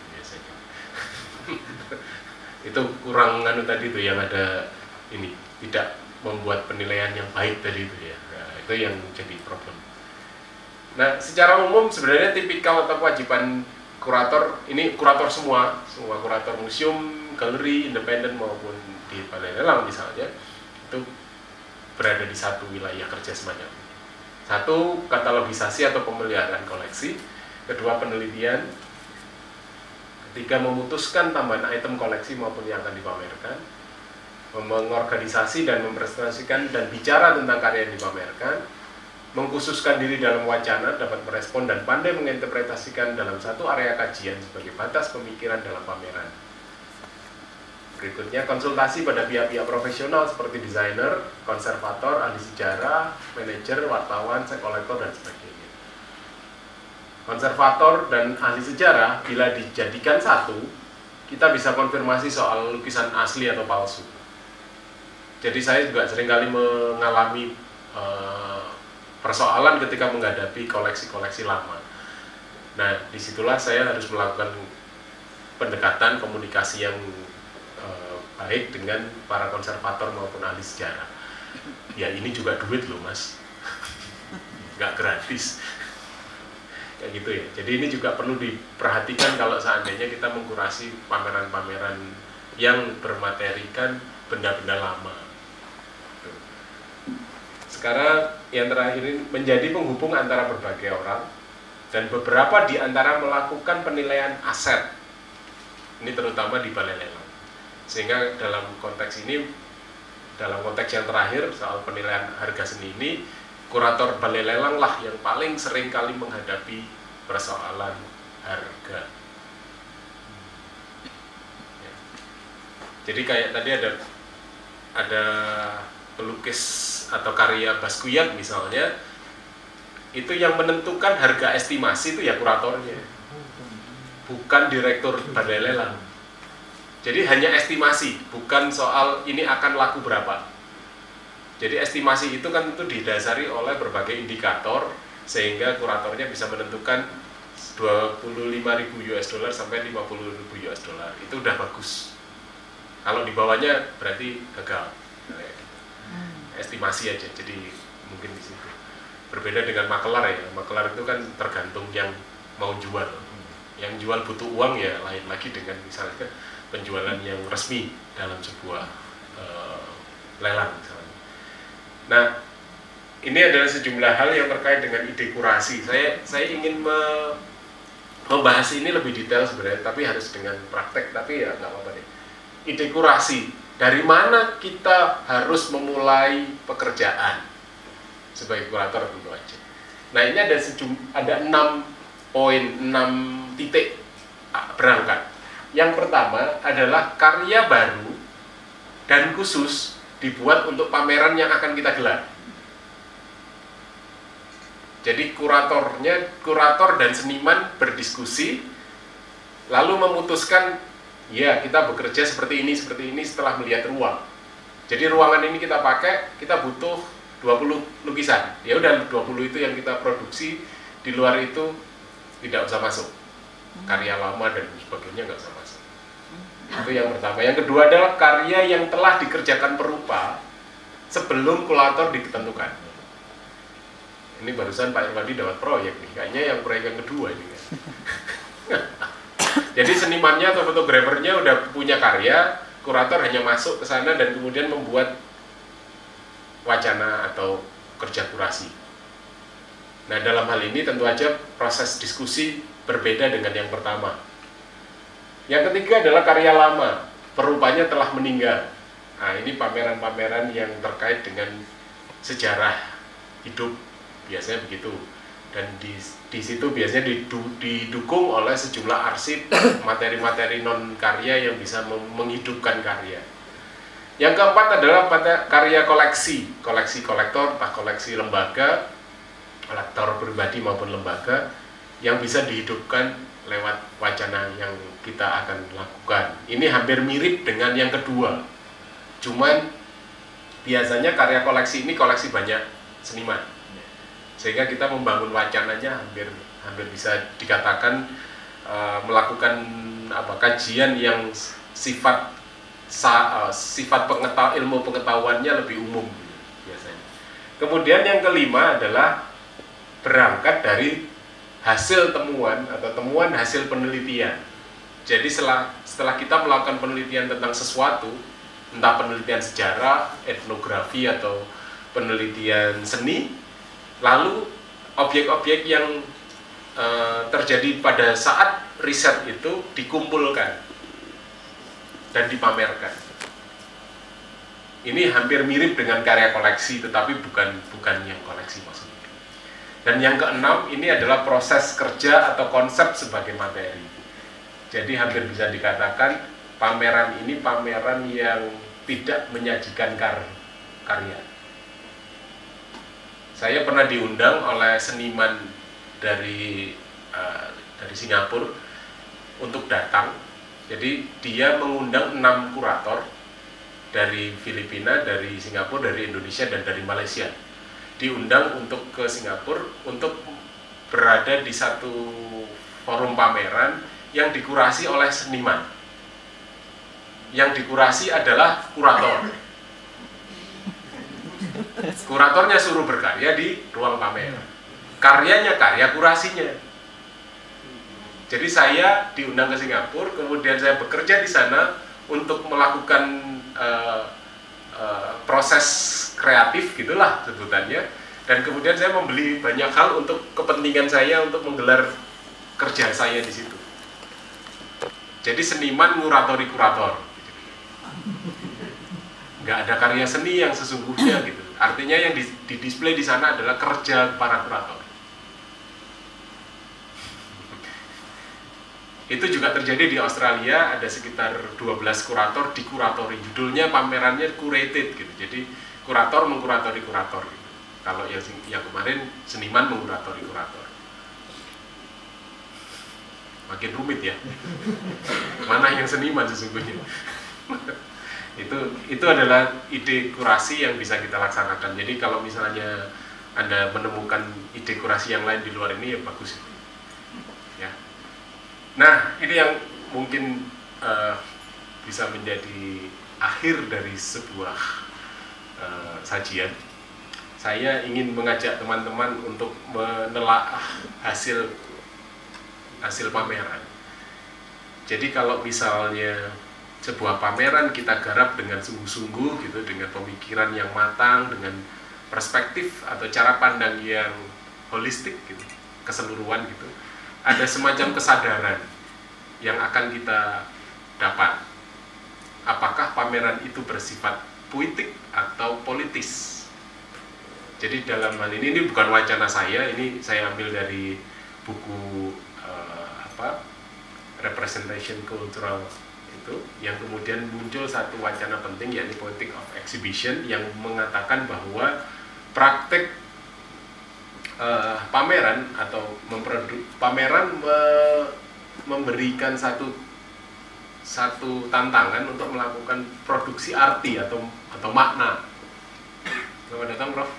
Itu kurang tadi itu yang ada ini tidak membuat penilaian yang baik tadi itu ya. Nah, itu yang jadi problem. Nah, secara umum sebenarnya tipikal atau kewajiban kurator ini kurator semua kurator museum, galeri, independen maupun di Balai Lelang misalnya itu berada di satu wilayah kerja semacam ini. Satu, katalogisasi atau pemeliharaan koleksi. Kedua, penelitian. Ketiga, memutuskan tambahan item koleksi maupun yang akan dipamerkan, mengorganisasi dan mempresentasikan dan bicara tentang karya yang dipamerkan, mengkhususkan diri dalam wacana, dapat merespon dan pandai menginterpretasikan dalam satu area kajian sebagai batas pemikiran dalam pameran. Berikutnya, konsultasi pada pihak-pihak profesional seperti desainer, konservator, ahli sejarah, manajer, wartawan, kolektor, dan sebagainya. Konservator dan ahli sejarah bila dijadikan satu, kita bisa konfirmasi soal lukisan asli atau palsu. Jadi saya juga seringkali mengalami persoalan ketika menghadapi koleksi-koleksi lama. Nah, disitulah saya harus melakukan pendekatan komunikasi yang baik dengan para konservator maupun ahli sejarah. Ya ini juga duit loh mas, nggak gratis. Kayak gitu ya. Jadi ini juga perlu diperhatikan kalau seandainya kita mengkurasi pameran-pameran yang bermaterikan benda-benda lama. Sekarang yang terakhir ini menjadi penghubung antara berbagai orang dan beberapa di antara melakukan penilaian aset. Ini terutama di balai lelang. Sehingga dalam konteks ini, dalam konteks yang terakhir soal penilaian harga seni ini, kurator balai lelang lah yang paling sering kali menghadapi persoalan harga. Ya. Jadi kayak tadi ada pelukis atau karya Basquiat misalnya, itu yang menentukan harga estimasi itu ya kuratornya, bukan direktur balai lelang. Jadi hanya estimasi, bukan soal ini akan laku berapa. Jadi estimasi itu kan itu didasari oleh berbagai indikator, sehingga kuratornya bisa menentukan 25.000 US dollar sampai 50.000 US dollar. Itu udah bagus. Kalau di bawahnya berarti gagal. Estimasi aja, jadi mungkin di situ. Berbeda dengan makelar ya, makelar itu kan tergantung yang mau jual. Yang jual butuh uang ya lain lagi dengan misalnya penjualan yang resmi dalam sebuah lelang misalnya. Nah, ini adalah sejumlah hal yang terkait dengan ide kurasi. Saya ingin membahas ini lebih detail sebenarnya, tapi harus dengan praktek, tapi ya nggak apa-apa deh. Ide kurasi. Dari mana kita harus memulai pekerjaan sebagai kurator tentu aja. Nah ini ada 6 poin, 6 titik berangkat. Yang pertama adalah karya baru dan khusus dibuat untuk pameran yang akan kita gelar. Jadi kurator dan seniman berdiskusi, lalu memutuskan ya kita bekerja seperti ini setelah melihat ruang. Jadi ruangan ini kita pakai, kita butuh 20 lukisan. Ya udah 20 itu yang kita produksi, di luar itu tidak usah masuk. Karya lama dan sebagainya nggak usah masuk. Itu yang pertama. Yang kedua adalah karya yang telah dikerjakan perupa sebelum kurator ditentukan. Ini barusan Pak Irwandi dapat proyek nih, kayaknya yang proyek yang kedua ini kan. Jadi senimannya atau fotografernya udah punya karya, kurator hanya masuk ke sana dan kemudian membuat wacana atau kerja kurasi. Nah dalam hal ini tentu aja proses diskusi berbeda dengan yang pertama. Yang ketiga adalah karya lama, perupanya telah meninggal. Nah ini pameran-pameran yang terkait dengan sejarah hidup, biasanya begitu. Dan di situ biasanya didukung oleh sejumlah arsip materi-materi non karya yang bisa menghidupkan karya. Yang keempat adalah pada karya koleksi kolektor, entah koleksi lembaga, kolektor pribadi maupun lembaga, yang bisa dihidupkan lewat wacana yang kita akan lakukan. Ini hampir mirip dengan yang kedua, cuman biasanya karya koleksi ini koleksi banyak seniman, sehingga kita membangun wacananya hampir bisa dikatakan melakukan kajian yang sifat ilmu pengetahuannya lebih umum biasanya. Kemudian yang kelima adalah berangkat dari hasil temuan atau temuan hasil penelitian. Jadi setelah kita melakukan penelitian tentang sesuatu, entah penelitian sejarah, etnografi atau penelitian seni, lalu objek-objek yang terjadi pada saat riset itu dikumpulkan dan dipamerkan. Ini hampir mirip dengan karya koleksi, tetapi bukan yang koleksi maksudnya. Dan yang keenam, ini adalah proses kerja atau konsep sebagai materi. Jadi hampir bisa dikatakan pameran ini pameran yang tidak menyajikan karya. Saya pernah diundang oleh seniman dari Singapura untuk datang. Jadi dia mengundang 6 kurator dari Filipina, dari Singapura, dari Indonesia, dan dari Malaysia. Diundang untuk ke Singapura untuk berada di satu forum pameran yang dikurasi oleh seniman. Yang dikurasi adalah kurator. Kuratornya suruh berkarya di ruang pameran. Karyanya karya kurasinya. Jadi saya diundang ke Singapura, kemudian saya bekerja di sana untuk melakukan proses kreatif gitulah sebutannya, dan kemudian saya membeli banyak hal untuk kepentingan saya untuk menggelar kerja saya di situ. Jadi seniman nguratori kurator. Nggak ada karya seni yang sesungguhnya gitu. Artinya yang di-display di sana adalah kerja para kurator. Itu juga terjadi di Australia, ada sekitar 12 kurator dikuratori. Judulnya pamerannya curated gitu. Jadi kurator mengkuratori kurator gitu. Kalau yang kemarin seniman mengkuratori kurator. Makin rumit ya. Mana yang seniman sesungguhnya? itu adalah ide kurasi yang bisa kita laksanakan. Jadi kalau misalnya Anda menemukan ide kurasi yang lain di luar ini ya bagus itu. Ya. Nah, ini yang mungkin bisa menjadi akhir dari sebuah sajian. Saya ingin mengajak teman-teman untuk menelaah hasil pameran. Jadi kalau misalnya sebuah pameran kita garap dengan sungguh-sungguh gitu, dengan pemikiran yang matang, dengan perspektif atau cara pandang yang holistik gitu, keseluruhan gitu, ada semacam kesadaran yang akan kita dapat. Apakah pameran itu bersifat puitik atau politis? Jadi dalam hal ini bukan wacana saya, ini saya ambil dari buku Representation Cultural itu, yang kemudian muncul satu wacana penting, yakni Poetic of Exhibition, yang mengatakan bahwa praktek pameran atau pameran memberikan satu tantangan untuk melakukan produksi arti atau makna. Selamat datang, Prof.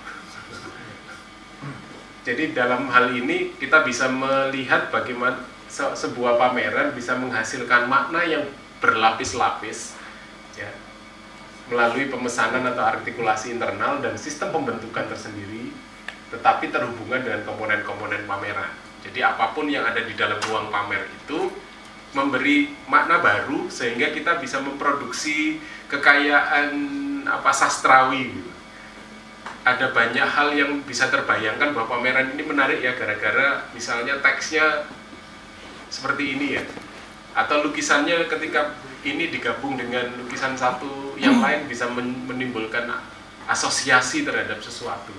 Jadi dalam hal ini kita bisa melihat bagaimana sebuah pameran bisa menghasilkan makna yang berlapis-lapis, ya, melalui pemesanan atau artikulasi internal dan sistem pembentukan tersendiri, tetapi terhubungan dengan komponen-komponen pameran. Jadi apapun yang ada di dalam ruang pamer itu memberi makna baru sehingga kita bisa memproduksi kekayaan sastrawi gitu. Ada banyak hal yang bisa terbayangkan bahwa pameran ini menarik ya, gara-gara misalnya teksnya seperti ini ya, atau lukisannya ketika ini digabung dengan lukisan satu yang lain bisa menimbulkan asosiasi terhadap sesuatu.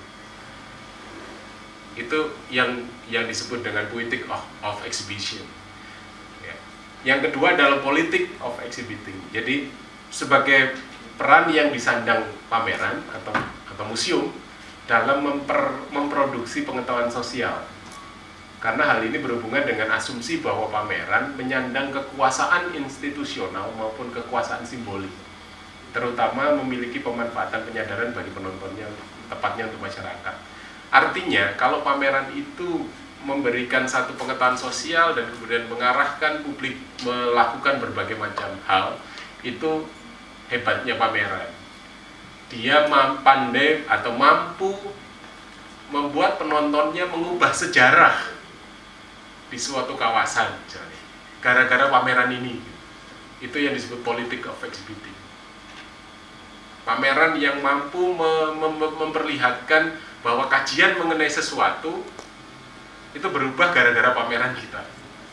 Itu yang disebut dengan poetic of exhibition ya. Yang kedua adalah politic of exhibiting. Jadi sebagai peran yang disandang pameran atau museum dalam memproduksi pengetahuan sosial. Karena hal ini berhubungan dengan asumsi bahwa pameran menyandang kekuasaan institusional maupun kekuasaan simbolik, terutama memiliki pemanfaatan penyadaran bagi penontonnya, tepatnya untuk masyarakat. Artinya, kalau pameran itu memberikan satu pengetahuan sosial dan kemudian mengarahkan publik melakukan berbagai macam hal, itu hebatnya pameran. Dia pandai atau mampu membuat penontonnya mengubah sejarah di suatu kawasan misalnya, gara-gara pameran ini. Itu yang disebut politic of exhibiting. Pameran yang mampu memperlihatkan bahwa kajian mengenai sesuatu itu berubah gara-gara pameran kita.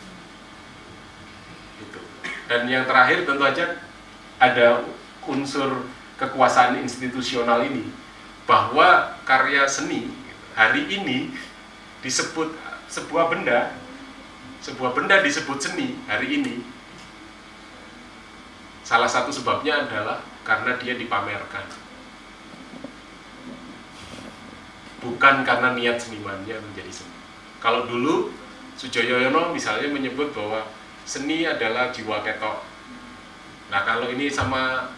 Itu. Dan yang terakhir tentu aja ada unsur kekuasaan institusional ini, bahwa karya seni hari ini disebut sebuah benda disebut seni hari ini. Salah satu sebabnya adalah karena dia dipamerkan, bukan karena niat senimannya menjadi seni. Kalau dulu Sujoyo Yono misalnya menyebut bahwa seni adalah jiwa ketok. Nah kalau ini sama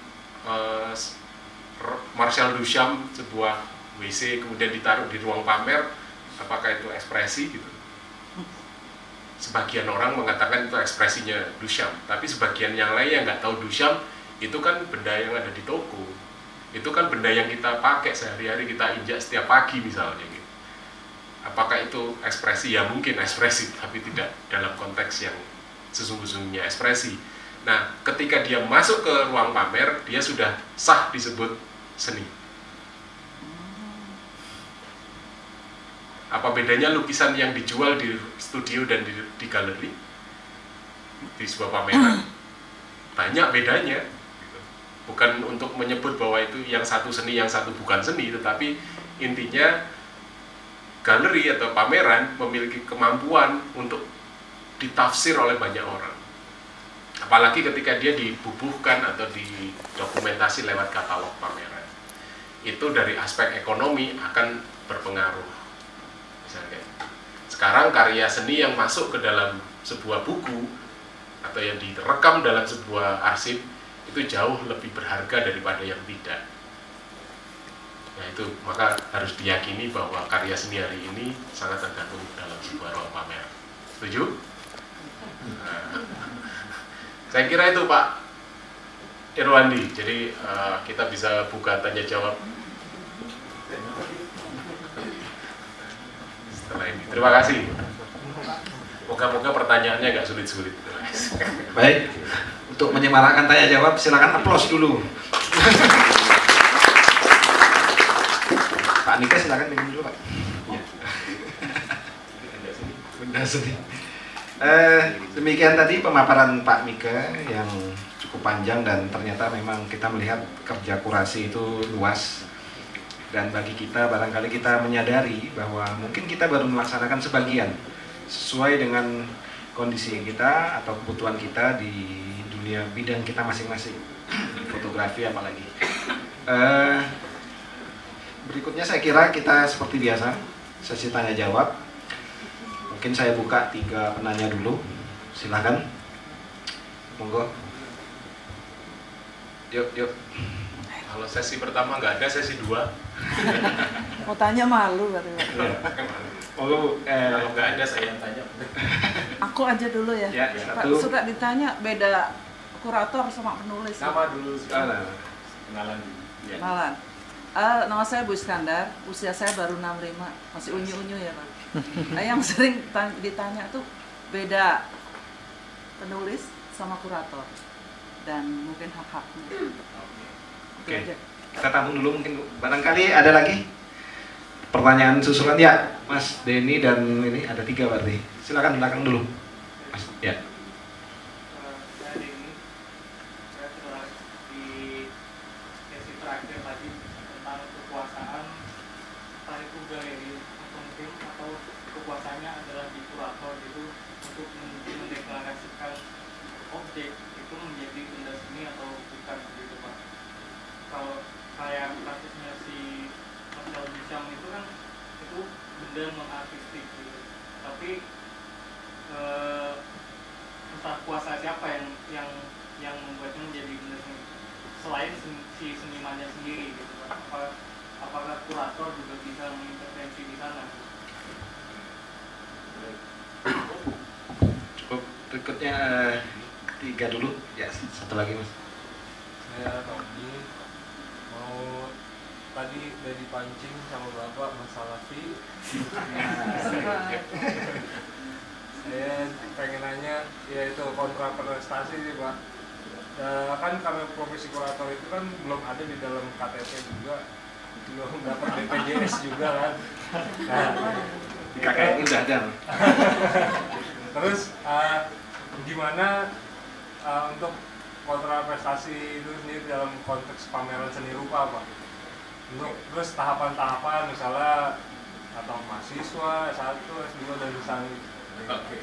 Marcel Duchamp, sebuah WC kemudian ditaruh di ruang pamer, apakah itu ekspresi gitu? Sebagian orang mengatakan itu ekspresinya Duchamp, tapi sebagian yang lain yang nggak tahu Duchamp, itu kan benda yang ada di toko, itu kan benda yang kita pakai sehari-hari, kita injak setiap pagi misalnya gitu. Apakah itu ekspresi? Ya mungkin ekspresi, tapi tidak dalam konteks yang sesungguhnya ekspresi. Nah, ketika dia masuk ke ruang pamer, dia sudah sah disebut seni. Apa bedanya lukisan yang dijual di studio dan di galeri? di sebuah pameran banyak bedanya gitu. Bukan untuk menyebut bahwa itu yang satu seni, yang satu bukan seni, tetapi intinya galeri atau pameran memiliki kemampuan untuk ditafsir oleh banyak orang, apalagi ketika dia dibubuhkan atau didokumentasi lewat katalog pameran. Itu dari aspek ekonomi akan berpengaruh. Misalnya sekarang karya seni yang masuk ke dalam sebuah buku atau yang direkam dalam sebuah arsip itu jauh lebih berharga daripada yang tidak. Nah itu, maka harus diyakini bahwa karya seni hari ini sangat tergantung dalam sebuah ruang pamer. Setuju? Nah, saya kira itu Pak Irwandi. Jadi kita bisa buka tanya jawab setelah ini. Terima kasih. Moga-moga pertanyaannya nggak sulit-sulit. Baik, untuk menyemarakkan tanya jawab silakan aplaus dulu. Pak Nika silakan minum dulu Pak. Ya. Benda seni. Demikian tadi pemaparan Pak Mika yang cukup panjang dan ternyata memang kita melihat kerja kurasi itu luas. Dan bagi kita barangkali kita menyadari bahwa mungkin kita baru melaksanakan sebagian sesuai dengan kondisi kita atau kebutuhan kita di dunia bidang kita masing-masing, fotografi apalagi. Berikutnya saya kira kita seperti biasa sesi tanya jawab. Mungkin saya buka 3 penanya dulu, silakan, monggo. Yuk. Kalau sesi pertama nggak ada, sesi 2. Mau tanya malu katanya. Kalau nggak ada saya yang tanya. Aku aja dulu ya. Pak, suka ditanya beda kurator sama penulis. Nama dulu. Kenalan dulu. Ya. Kenalan. Nama saya Bu Iskandar, usia saya baru 65, masih unyu-unyu ya Pak. Yang sering ditanya tuh beda penulis sama kurator dan mungkin hak-haknya. Oke. Kita tampung dulu mungkin barangkali ada lagi pertanyaan susulan ya Mas Denny dan ini ada 3 berarti. Silakan belakang dulu. Mas, ya. Saya Denny, saya tertarik di sesi terakhir tadi tentang kekuasaan, entah itu galeri atau mungkin atau kekuasaannya adalah di kurator gitu untuk mendeklarasikan objek itu menjadi benda seni atau bukan gitu Pak. Kalau kayak kasusnya si Marcel Duchamp itu kan itu benda non artistik gitu, tapi entah kuasa siapa yang membuatnya menjadi benda seni selain si senimannya sendiri gitu Pak. Apakah kurator juga bisa mengintervensi di sana? Cukup, berikutnya 3 dulu ya, 1 lagi Mas. Saya Tommy, mau tadi udah dipancing sama Bapak masalah fee. Saya pengen nanya, ya itu kontra prestasi sih Pak. Kan kami profesi kurator itu kan belum ada di dalam KTP juga, belum dapat BPJS juga kan. Nah, Di KKN udah ada. Terus gimana untuk kontra prestasi itu sendiri dalam konteks pameran seni rupa Pak? Terus tahapan-tahapan misalnya atau mahasiswa S1, S2 dan misalnya. Oke.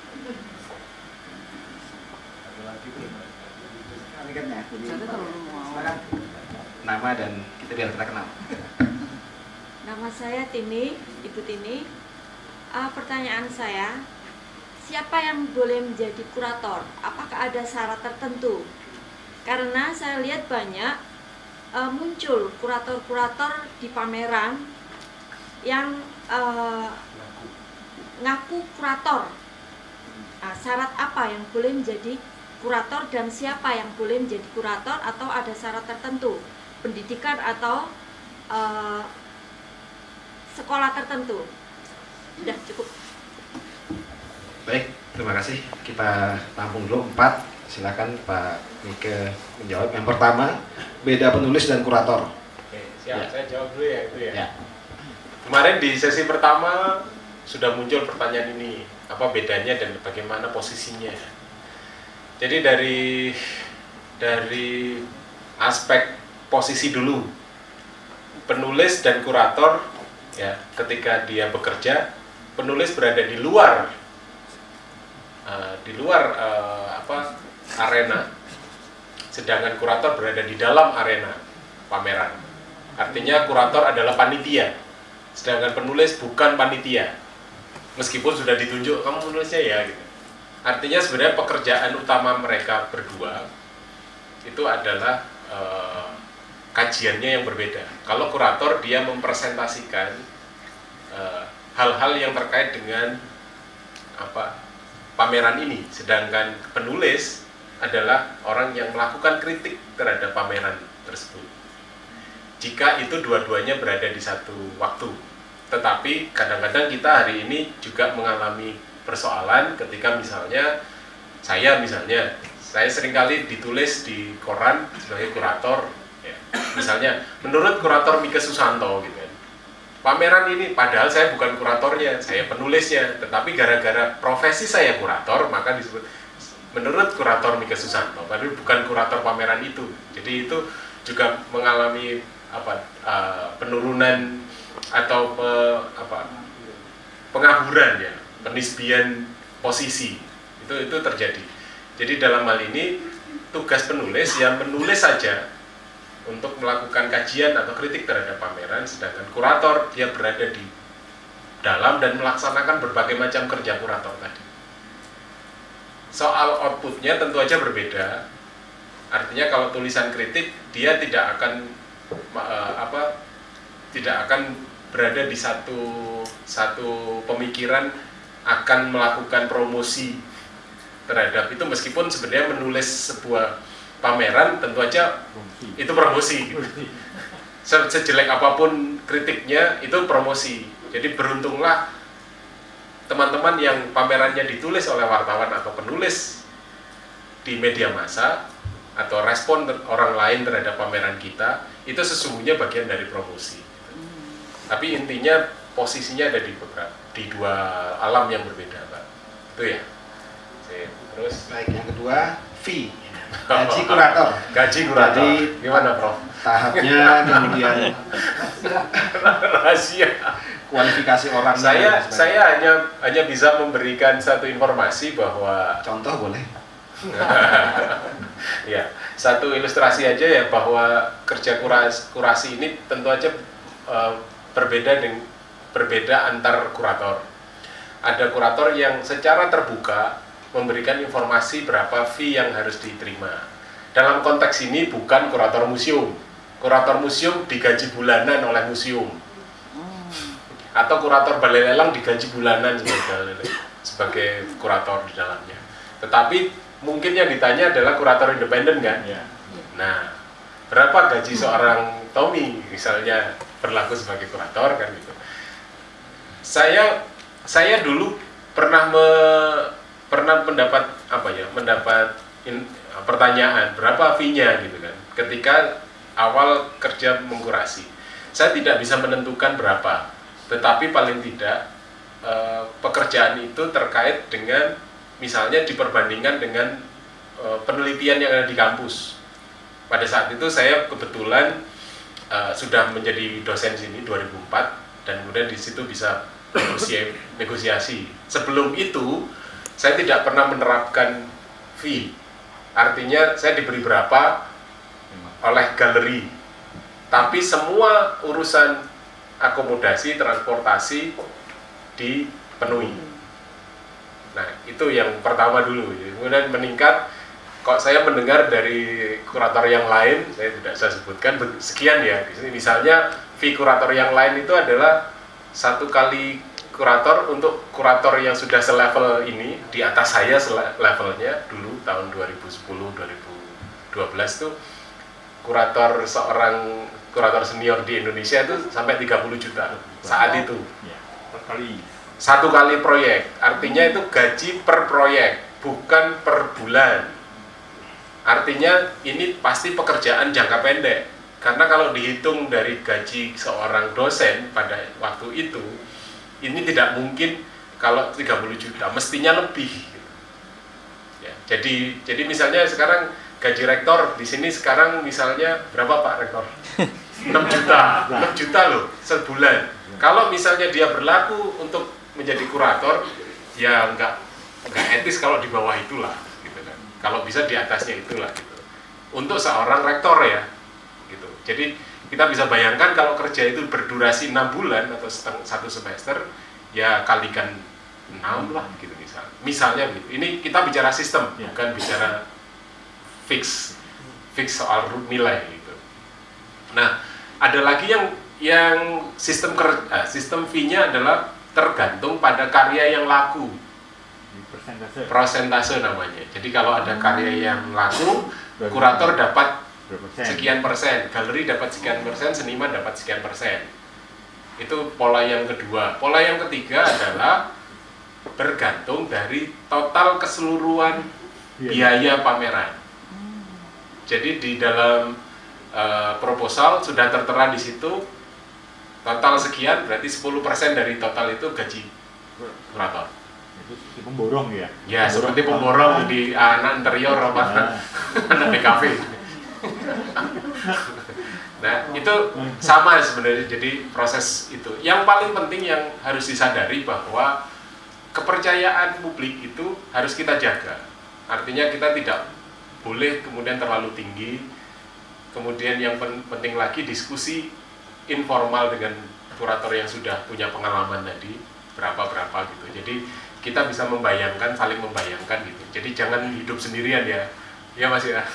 Ada lagi belum? Ini kan ya. Jadi terlalu mau. Silakan. Nama dan kita biar kita kenal. Nama saya Tini, Ibu Tini. Pertanyaan saya, siapa yang boleh menjadi kurator? Apakah ada syarat tertentu? Karena saya lihat banyak muncul kurator-kurator di pameran yang ngaku kurator. Syarat apa yang boleh menjadi kurator dan siapa yang boleh menjadi kurator, atau ada syarat tertentu, pendidikan atau sekolah tertentu? Sudah cukup. Baik, terima kasih. Kita tampung dulu 4. Silakan Pak Mika menjawab. Yang pertama, beda penulis dan kurator. Oke, siap. Ya. Saya jawab dulu ya itu ya. Ya. Kemarin di sesi pertama sudah muncul pertanyaan ini, apa bedanya dan bagaimana posisinya. Jadi dari aspek posisi dulu, penulis dan kurator ya, ketika dia bekerja, penulis berada di luar arena, sedangkan kurator berada di dalam arena pameran. Artinya kurator adalah panitia, sedangkan penulis bukan panitia, meskipun sudah ditunjuk kamu penulisnya ya gitu. Artinya sebenarnya pekerjaan utama mereka berdua itu adalah kajiannya yang berbeda. Kalau kurator dia mempresentasikan hal-hal yang terkait dengan pameran ini, sedangkan penulis adalah orang yang melakukan kritik terhadap pameran tersebut. Jika itu dua-duanya berada di satu waktu, tetapi kadang-kadang kita hari ini juga mengalami persoalan ketika misalnya saya seringkali ditulis di koran sebagai kurator ya. Misalnya menurut kurator Mika Susanto gitu kan, pameran ini, padahal saya bukan kuratornya, saya penulisnya, tetapi gara-gara profesi saya kurator maka disebut menurut kurator Mika Susanto, padahal bukan kurator pameran itu. Jadi itu juga mengalami penurunan atau pengaburan ya, penisbian posisi itu terjadi. Jadi dalam hal ini tugas penulis yang menulis saja untuk melakukan kajian atau kritik terhadap pameran, sedangkan kurator dia berada di dalam dan melaksanakan berbagai macam kerja kurator tadi. Soal outputnya tentu aja berbeda. Artinya kalau tulisan kritik dia tidak akan berada di satu pemikiran akan melakukan promosi terhadap itu, meskipun sebenarnya menulis sebuah pameran tentu aja itu promosi gitu. Sejelek apapun kritiknya itu promosi. Jadi beruntunglah teman-teman yang pamerannya ditulis oleh wartawan atau penulis di media massa atau respon orang lain terhadap pameran kita, itu sesungguhnya bagian dari promosi. Tapi intinya posisinya ada di dua alam yang berbeda, Pak. Itu ya. Terus baik, yang kedua fee, gaji kurator. Gaji kurator. Jadi gimana, Prof? Tahapnya kemudian rahasia. Kualifikasi orang. Saya hanya bisa memberikan satu informasi bahwa contoh boleh. Ya, satu ilustrasi aja ya, bahwa kerja kurasi ini tentu aja berbeda antar kurator. Ada kurator yang secara terbuka memberikan informasi berapa fee yang harus diterima. Dalam konteks ini bukan kurator museum. Kurator museum digaji bulanan oleh museum. Atau kurator balai lelang digaji bulanan sebagai kurator di dalamnya. Tetapi mungkin yang ditanya adalah kurator independen kan? Ya. Nah, berapa gaji seorang Tommy misalnya berlaku sebagai kurator kan gitu. Saya dulu pernah mendapat pertanyaan berapa fee-nya gitu kan. Ketika awal kerja mengkurasi, saya tidak bisa menentukan berapa, tetapi paling tidak pekerjaan itu terkait dengan misalnya diperbandingkan dengan penelitian yang ada di kampus. Pada saat itu saya kebetulan sudah menjadi dosen sini 2004 dan kemudian di situ bisa negosiasi. Sebelum itu saya tidak pernah menerapkan fee. Artinya saya diberi berapa oleh galeri. Tapi semua urusan akomodasi, transportasi dipenuhi. Nah, itu yang pertama dulu. Kemudian meningkat, kok saya mendengar dari kurator yang lain, saya tidak saya sebutkan sekian ya. Misalnya fee kurator yang lain itu adalah 1 kali kurator untuk kurator yang sudah selevel ini, di atas saya levelnya dulu tahun 2010-2012 tuh seorang kurator senior di Indonesia itu sampai 30 juta saat itu. Satu kali proyek, artinya itu gaji per proyek, bukan per bulan. Artinya ini pasti pekerjaan jangka pendek, karena kalau dihitung dari gaji seorang dosen pada waktu itu, ini tidak mungkin kalau 30 juta, mestinya lebih. Ya, Jadi misalnya sekarang gaji rektor di sini sekarang misalnya berapa Pak Rektor? 6 juta, 6 juta loh sebulan. Kalau misalnya dia berlaku untuk menjadi kurator, ya nggak etis kalau di bawah itulah, gitu kan. Kalau bisa di atasnya itulah, gitu. Untuk seorang rektor ya, gitu. Jadi kita bisa bayangkan kalau kerja itu berdurasi 6 bulan atau satu semester, ya kalikan 6 lah, gitu misalnya gitu. Ini kita bicara sistem, bukan bicara fix soal nilai gitu. Nah, ada lagi yang sistem fee-nya adalah tergantung pada karya yang laku. Persentase namanya. Jadi kalau ada karya yang laku, kurator dapat sekian persen, galeri dapat sekian persen, seniman dapat sekian persen. Itu pola yang kedua. Pola yang ketiga adalah bergantung dari total keseluruhan biaya pameran. Jadi di dalam proposal sudah tertera di situ total sekian, berarti 10% dari total itu gaji kurator. Itu seperti pemborong ya? Ya, seperti pemborong di anak interior apa anak DKV. Nah, itu sama sebenarnya, jadi proses itu. Yang paling penting yang harus disadari bahwa kepercayaan publik itu harus kita jaga. Artinya kita tidak boleh kemudian terlalu tinggi. Kemudian yang penting lagi diskusi informal dengan kurator yang sudah punya pengalaman tadi, berapa gitu. Jadi kita bisa membayangkan, saling membayangkan gitu. Jadi jangan hidup sendirian ya. Ya Mas ya.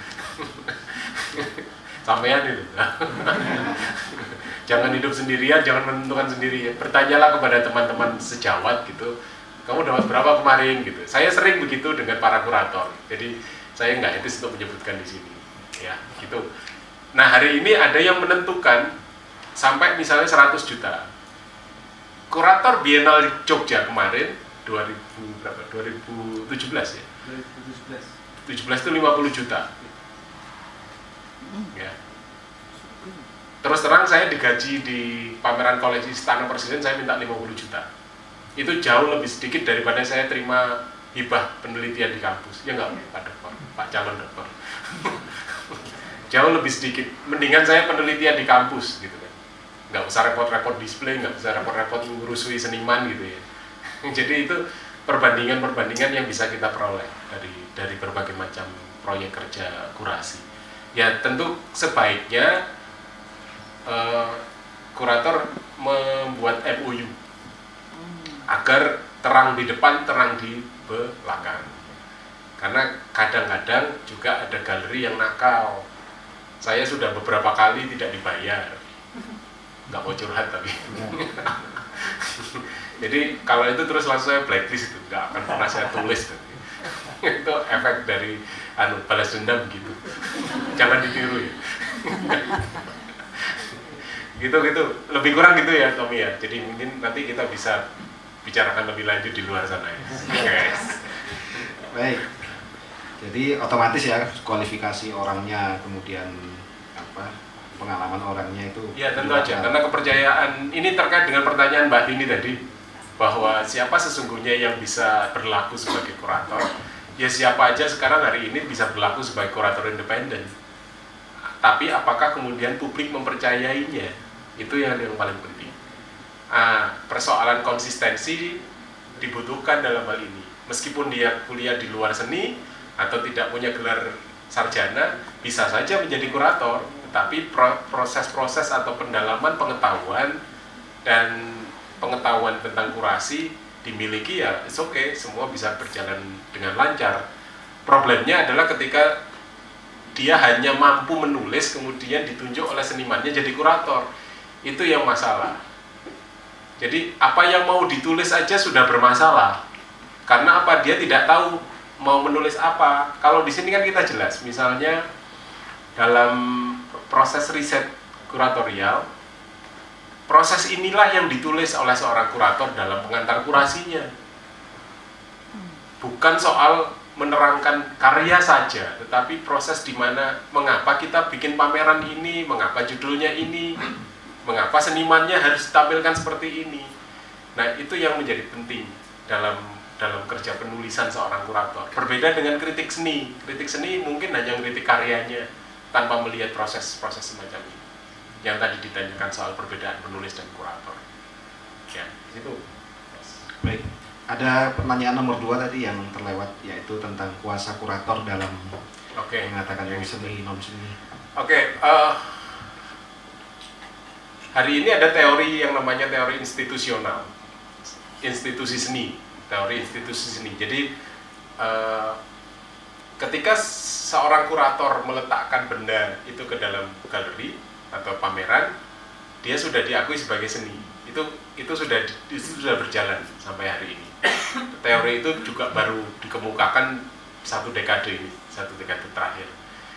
Sampean itu. Jangan hidup sendirian, jangan menentukan sendiri. Bertanyalah kepada teman-teman sejawat gitu. Kamu dapat berapa kemarin gitu. Saya sering begitu dengan para kurator. Jadi saya nggak etis untuk menyebutkan di sini. Ya, gitu. Nah, hari ini ada yang menentukan sampai misalnya 100 juta. Kurator Biennale Jogja kemarin 2017 ya. 2017 itu 50 juta. Ya. Terus terang saya digaji di pameran koleksi Istana Presiden saya minta 50 juta. Itu jauh lebih sedikit daripada saya terima hibah penelitian di kampus. Ya enggak, Pak calon dokter. Jauh lebih sedikit. Mendingan saya penelitian di kampus gitu kan. Nggak usah repot-repot display, nggak usah repot-repot ngurusui seniman gitu ya. Jadi itu perbandingan-perbandingan yang bisa kita peroleh dari berbagai macam proyek kerja kurasi. Ya tentu sebaiknya kurator membuat MOU agar terang di depan, terang di belakang. Karena kadang-kadang juga ada galeri yang nakal. Saya sudah beberapa kali tidak dibayar. Nggak mau curhat tapi. Jadi kalau itu terus langsung saya blacklist itu, nggak akan pernah saya tulis. Itu efek dari balas dendam gitu. Jangan ditiru ya. Gitu lebih kurang gitu ya Tommy ya. Jadi mungkin nanti kita bisa bicarakan lebih lanjut di luar sana ya. Yes. Baik. Jadi otomatis ya kualifikasi orangnya, kemudian pengalaman orangnya itu. Ya tentu aja, karena kepercayaan ini terkait dengan pertanyaan Mbak Dini tadi, bahwa siapa sesungguhnya yang bisa berlaku sebagai kurator. Ya siapa aja sekarang hari ini bisa berlaku sebagai kurator independen. Tapi apakah kemudian publik mempercayainya? Itu yang paling penting. Persoalan konsistensi dibutuhkan dalam hal ini. Meskipun dia kuliah di luar seni atau tidak punya gelar sarjana, bisa saja menjadi kurator. Tetapi proses-proses atau pendalaman pengetahuan dan pengetahuan tentang kurasi dimiliki ya, it's okay, semua bisa berjalan dengan lancar. Problemnya adalah ketika dia hanya mampu menulis kemudian ditunjuk oleh senimannya jadi kurator. Itu yang masalah. Jadi apa yang mau ditulis aja sudah bermasalah. Karena apa? Dia tidak tahu mau menulis apa. Kalau di sini kan kita jelas, misalnya dalam proses riset kuratorial, proses inilah yang ditulis oleh seorang kurator dalam pengantar kurasinya. Bukan soal menerangkan karya saja, tetapi proses di mana mengapa kita bikin pameran ini, mengapa judulnya ini, mengapa senimannya harus ditampilkan seperti ini. Nah, itu yang menjadi penting dalam dalam kerja penulisan seorang kurator. Berbeda dengan kritik seni. Kritik seni mungkin hanya kritik karyanya tanpa melihat proses-proses semacam ini. Yang tadi ditanyakan soal perbedaan penulis dan kurator. Ya, itu. Baik. Ada pertanyaan nomor 2 tadi yang terlewat, yaitu tentang kuasa kurator dalam mengatakan yang seni, non seni. Hari ini ada teori yang namanya teori institusional, institusi seni, teori institusi seni. Jadi ketika seorang kurator meletakkan benda itu ke dalam galeri atau pameran, dia sudah diakui sebagai seni. Itu sudah berjalan sampai hari ini. Teori itu juga baru dikemukakan satu dekade terakhir.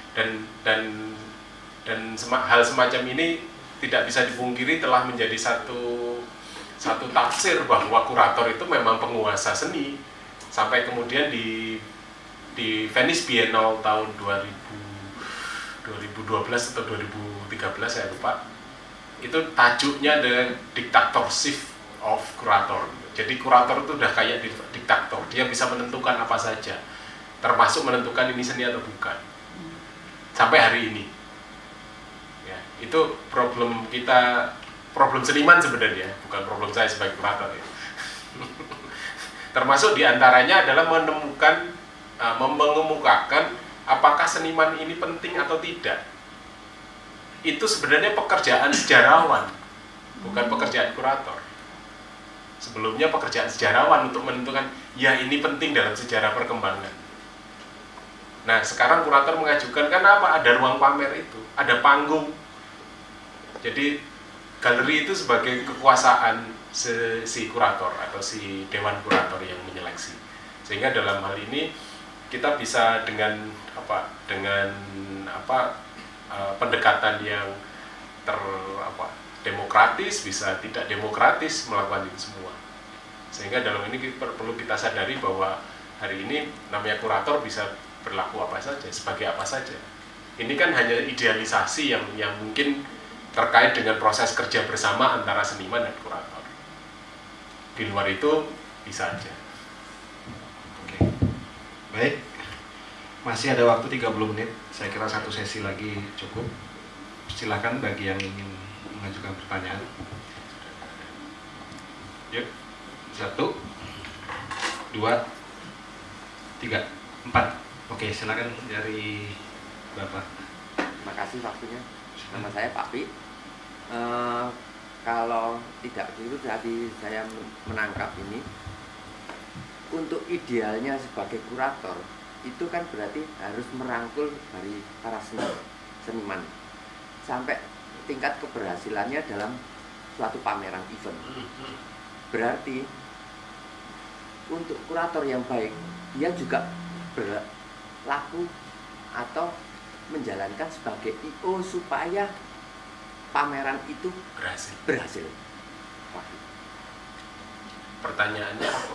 Dan hal semacam ini tidak bisa dipungkiri telah menjadi satu tafsir bahwa kurator itu memang penguasa seni, sampai kemudian di Venice Biennale tahun 2012 atau 2013 saya lupa, itu tajuknya The Dictatorship of Curator. Jadi kurator itu udah kayak diktator, dia bisa menentukan apa saja, termasuk menentukan ini seni atau bukan, sampai hari ini. Ya, itu problem kita, problem seniman sebenarnya, bukan problem saya sebagai kurator ya. Termasuk diantaranya adalah mengemukakan apakah seniman ini penting atau tidak. Itu sebenarnya pekerjaan sejarawan, bukan pekerjaan kurator. Sebelumnya pekerjaan sejarawan untuk menentukan, ya ini penting dalam sejarah perkembangan. Nah, sekarang kurator mengajukan, kan apa? Ada ruang pamer itu, ada panggung. Jadi galeri itu sebagai kekuasaan si kurator atau si dewan kurator yang menyeleksi. Sehingga dalam hal ini kita bisa dengan pendekatan yang demokratis, bisa tidak demokratis melakukan itu semua. Sehingga dalam ini perlu kita sadari bahwa hari ini namanya kurator bisa berlaku apa saja, sebagai apa saja. Ini kan hanya idealisasi yang mungkin terkait dengan proses kerja bersama antara seniman dan kurator. Di luar itu bisa aja. Oke. Baik. Masih ada waktu 30 menit. Saya kira satu sesi lagi cukup. Silakan bagi yang ingin mengajukan pertanyaan. Yuk. 1 2 3 4. Oke, silakan dari Bapak. Terima kasih waktunya. Nama saya Pak Pi. Kalau tidak begitu tadi saya menangkap ini, untuk idealnya sebagai kurator itu kan berarti harus merangkul dari para seniman sampai tingkat keberhasilannya dalam suatu pameran event. Berarti untuk kurator yang baik, dia juga berlaku atau menjalankan sebagai I.O. supaya pameran itu berhasil. Pertanyaannya apa?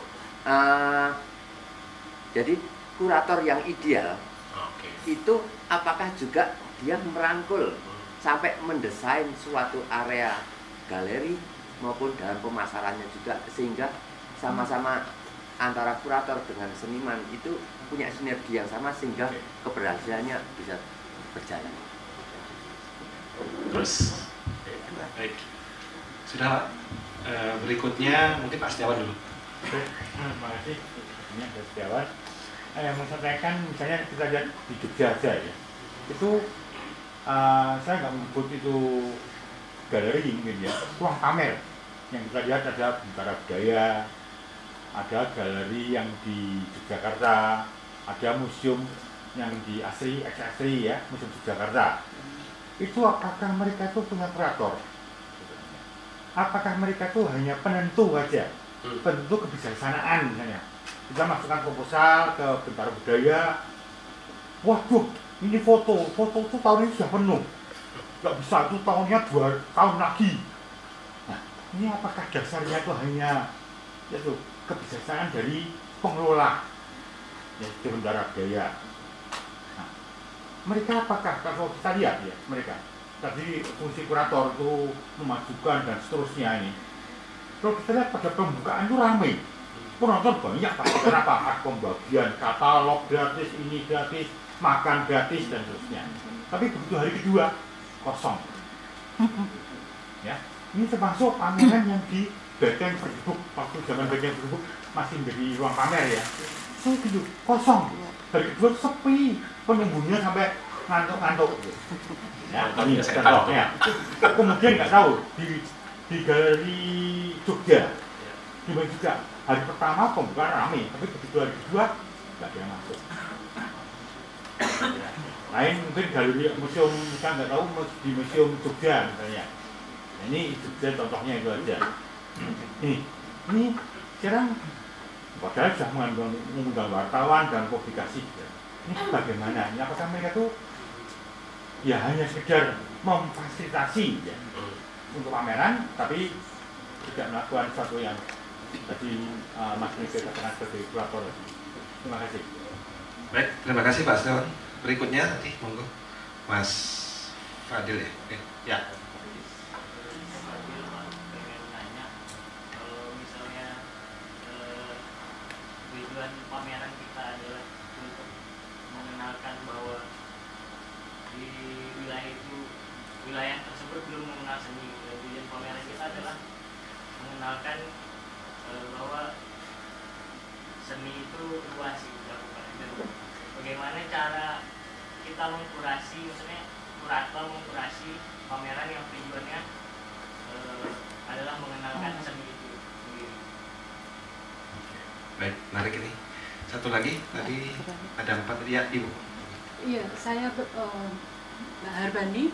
Jadi kurator yang ideal itu apakah juga dia merangkul sampai mendesain suatu area galeri maupun dalam pemasarannya juga, sehingga sama-sama antara kurator dengan seniman itu punya sinergi yang sama sehingga keberhasilannya bisa berjalan. Terus, baik. Sudah, berikutnya mungkin Pak Setiawan dulu. Terima kasih. Ini Pak Setiawan. Yang mau sampaikan, misalnya kita lihat di Jogja aja ya. Itu saya nggak menyebut itu galeri mungkin ya, ruang pamer. Yang kita lihat ada Bintara Budaya, ada galeri yang di Yogyakarta, ada museum yang di Asri ya, Museum Yogyakarta. Itu apakah mereka itu punya kurator? Apakah mereka itu hanya penentu saja, penentu kebijaksanaan misalnya? Kita masukkan proposal ke Bintara Budaya, waduh, ini foto itu tahun ini sudah penuh, nggak bisa, itu tahunnya 2 tahun lagi. Nah, ini apakah dasarnya itu hanya yaitu kebijaksanaan dari pengelola ya, Bintara Budaya? Nah, mereka apakah, kalau kita lihat ya, mereka tadi fungsi kurator itu memajukan dan seterusnya ini, kalau kita lihat pada pembukaan itu ramai, penonton banyak Pak. Kenapa? Ada pembagian katalog gratis, ini gratis, makan gratis dan seterusnya. Tapi begitu hari kedua kosong. Ya, ini termasuk pameran yang di Benteng Berdebuk, waktu zaman Benteng Berdebuk masih menjadi ruang pamer ya. So gitu, kosong. Hari kedua sepi, penunggunya sampai ngantuk-ngantuk. Ya, ini contohnya. Kemudian nggak tahu di galeri Jogja, gimana juga hari pertama pembukaan rame, tapi begitu hari kedua nggak ada yang masuk. Lain mungkin galeri museum, kita nggak tahu di museum Jogja misalnya. Nah, ini Jogja contohnya itu aja. Ini sekarang padahal sudah mengundang wartawan dan publikasi. Ini bagaimana? Ini apakah mereka tuh ya hanya sekedar memfasilitasi ya, untuk pameran, tapi tidak melakukan sesuatu yang tadi Mas Mika katakan sebagai kurator. Terima kasih. Baik, terima kasih Pak Setiawan. Berikutnya nanti monggo Mas Fadil ya. Ya. Tujuan pameran kita adalah untuk mengenalkan bahwa di wilayah tersebut belum mengenal seni. Tujuan pameran kita adalah mengenalkan bahwa seni itu luas dilakukan. Bagaimana cara kita mengkurasi, maksudnya kurator mengkurasi pameran yang tujuannya adalah mengenalkan seni itu sendiri. Baik, menarik ini. Satu lagi, tadi ada 4 ya, Ibu. Iya, saya Mbak Harbani,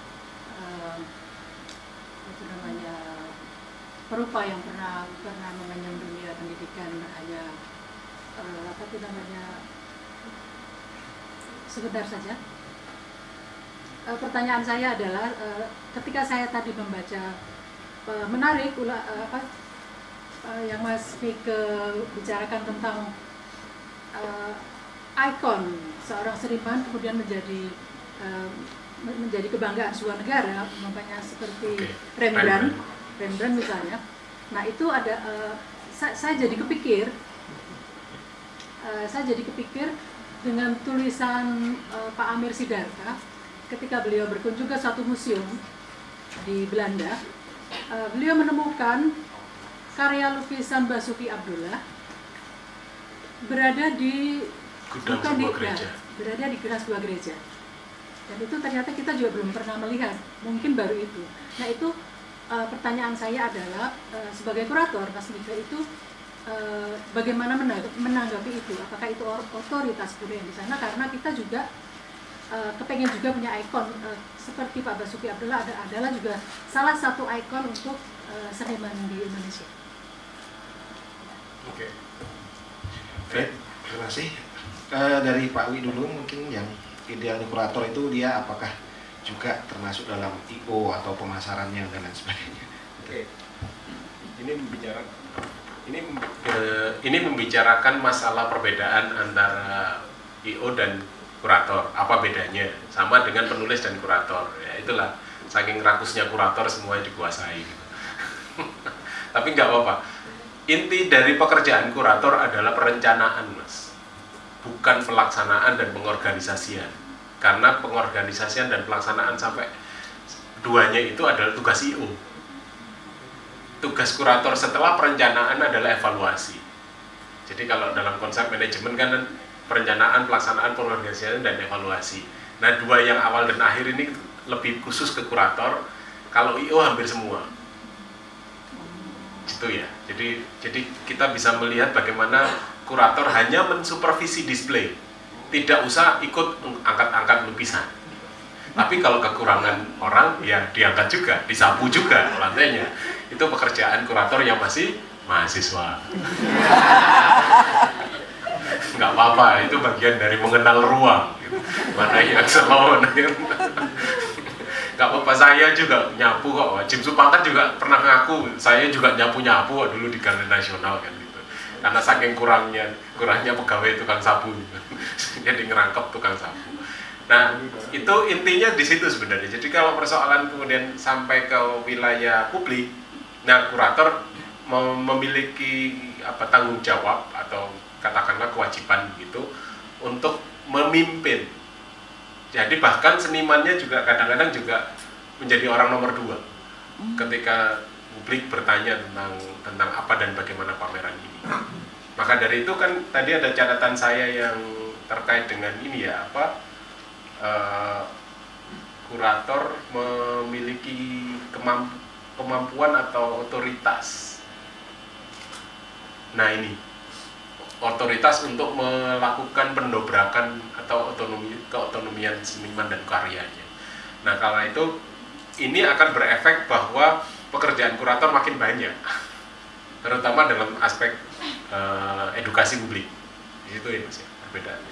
itu namanya perupa yang pernah mengenyam dunia pendidikan hanya apa itu namanya sebentar saja. Pertanyaan saya adalah ketika saya tadi membaca menarik yang Mas Mika bicarakan tentang ikon seorang seniman kemudian menjadi kebanggaan sebuah negara, makanya seperti Rembrandt misalnya. Nah itu ada saya jadi kepikir dengan tulisan Pak Amir Sidarta ketika beliau berkunjung ke suatu museum di Belanda. Beliau menemukan karya lukisan Basuki Abdullah berada di gudang sebuah gereja. Dan itu ternyata kita juga belum pernah melihat, mungkin baru itu. Nah itu pertanyaan saya adalah sebagai kurator, Mas Mika itu bagaimana menanggapi itu? Apakah itu otoritas budaya di sana? Karena kita juga kepengen juga punya ikon seperti Pak Basuki Abdullah adalah juga salah satu ikon untuk seniman di Indonesia. Oke. Baik, terima kasih. Dari Pak Wi dulu, mungkin yang idealnya kurator itu dia apakah juga termasuk dalam I.O. atau pemasarannya dan lain sebagainya. Oke. Ini membicarakan masalah perbedaan antara I.O. dan kurator. Apa bedanya? Sama dengan penulis dan kurator. Ya itulah saking rakusnya kurator semuanya dikuasai. Gitu. Tapi nggak apa-apa. Inti dari pekerjaan kurator adalah perencanaan, Mas. Bukan pelaksanaan dan pengorganisasian. Karena pengorganisasian dan pelaksanaan sampai duanya itu adalah tugas I.O. Tugas kurator setelah perencanaan adalah evaluasi. Jadi kalau dalam konsep manajemen kan perencanaan, pelaksanaan, pengorganisasian, dan evaluasi. Nah, dua yang awal dan akhir ini lebih khusus ke kurator. Kalau I.O. hampir semua. Gitu ya. Jadi kita bisa melihat bagaimana kurator hanya mensupervisi display. Tidak usah ikut angkat-angkat lukisan. Tapi kalau kekurangan orang, ya diangkat juga, disapu juga lantainya. Itu pekerjaan kurator yang masih mahasiswa. Nggak apa-apa, itu bagian dari mengenal ruang. Mana yang slow, mana yang... Nggak apa-apa, saya juga nyapu kok. Jim Supangkat juga pernah ngaku, saya juga nyapu-nyapu dulu di Galeri Nasional kan gitu. Karena saking kurangnya pegawai tukang sapu gitu. Jadi ngerangkep tukang sapu. Nah, itu intinya di situ sebenarnya. Jadi kalau persoalan kemudian sampai ke wilayah publik, nah kurator memiliki tanggung jawab atau katakanlah kewajiban gitu untuk memimpin. Jadi bahkan senimannya juga kadang-kadang juga menjadi orang nomor 2 ketika publik bertanya tentang apa dan bagaimana pameran ini. Maka dari itu kan tadi ada catatan saya yang terkait dengan ini ya, kurator memiliki kemampuan atau otoritas. Nah ini otoritas untuk melakukan pendobrakan atau keotonomian seniman dan karyanya. Nah kalau itu ini akan berefek bahwa pekerjaan kurator makin banyak, terutama dalam aspek edukasi publik. Itu ya Mas ya, perbedaannya.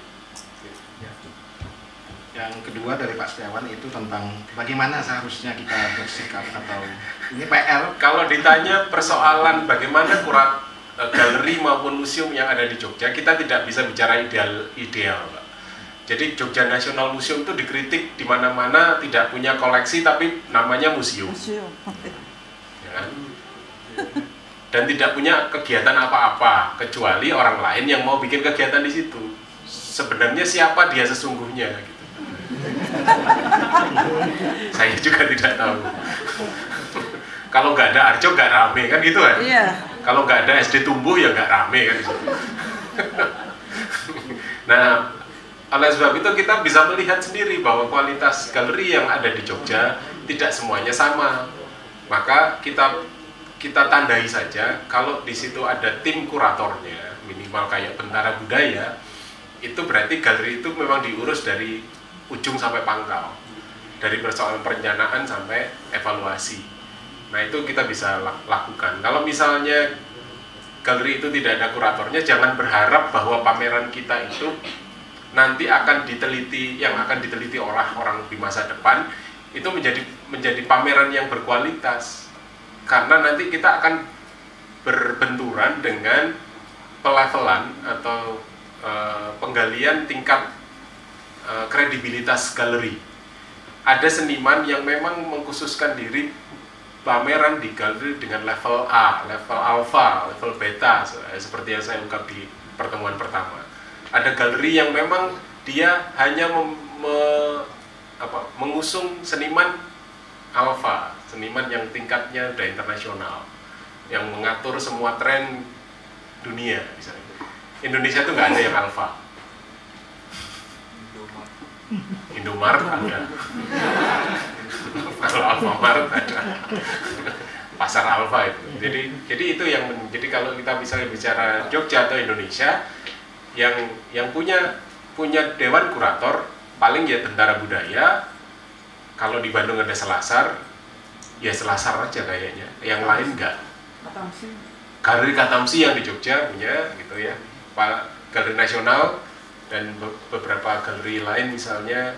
Yang kedua dari Pak Setiawan itu tentang bagaimana seharusnya kita bersikap atau ini PR. Kalau ditanya persoalan bagaimana galeri maupun museum yang ada di Jogja, kita tidak bisa bicara ideal, Pak. Jadi Jogja National Museum itu dikritik di mana-mana tidak punya koleksi tapi namanya museum. Ya kan? Dan tidak punya kegiatan apa-apa kecuali orang lain yang mau bikin kegiatan di situ. Sebenarnya siapa dia sesungguhnya gitu. Saya juga tidak tahu. Kalau nggak ada Arjo nggak rame kan gitu kan? Iya. Kalau nggak ada SD Tumbuh ya nggak rame kan di situ. Nah, oleh sebab itu kita bisa melihat sendiri bahwa kualitas galeri yang ada di Jogja tidak semuanya sama. Maka kita tandai saja kalau di situ ada tim kuratornya minimal kayak Bentara Budaya, itu berarti galeri itu memang diurus dari ujung sampai pangkal, dari persoalan perencanaan sampai evaluasi. Nah itu kita bisa lakukan. Kalau misalnya galeri itu tidak ada kuratornya, jangan berharap bahwa pameran kita itu nanti akan diteliti, yang akan diteliti orang di masa depan itu menjadi pameran yang berkualitas, karena nanti kita akan berbenturan dengan pelevelan atau penggalian tingkat kredibilitas galeri. Ada seniman yang memang mengkhususkan diri pameran di galeri dengan level A, level alpha, level beta, seperti yang saya ungkap di pertemuan pertama. Ada galeri yang memang dia hanya mengusung seniman alpha, seniman yang tingkatnya udah internasional, yang mengatur semua tren dunia misalnya. Indonesia tuh nggak ada yang alpha. Indomaret ada. Kalau Alfamart ada. Pasar Alfa itu. Jadi itu yang jadi kalau kita bisa bicara Jogja atau Indonesia yang punya dewan kurator paling ya Bentara Budaya. Kalau di Bandung ada Selasar, ya Selasar aja kayaknya. Yang lain enggak. Galeri Katamsi yang di Jogja punya gitu ya. Pak Galeri Nasional dan beberapa galeri lain misalnya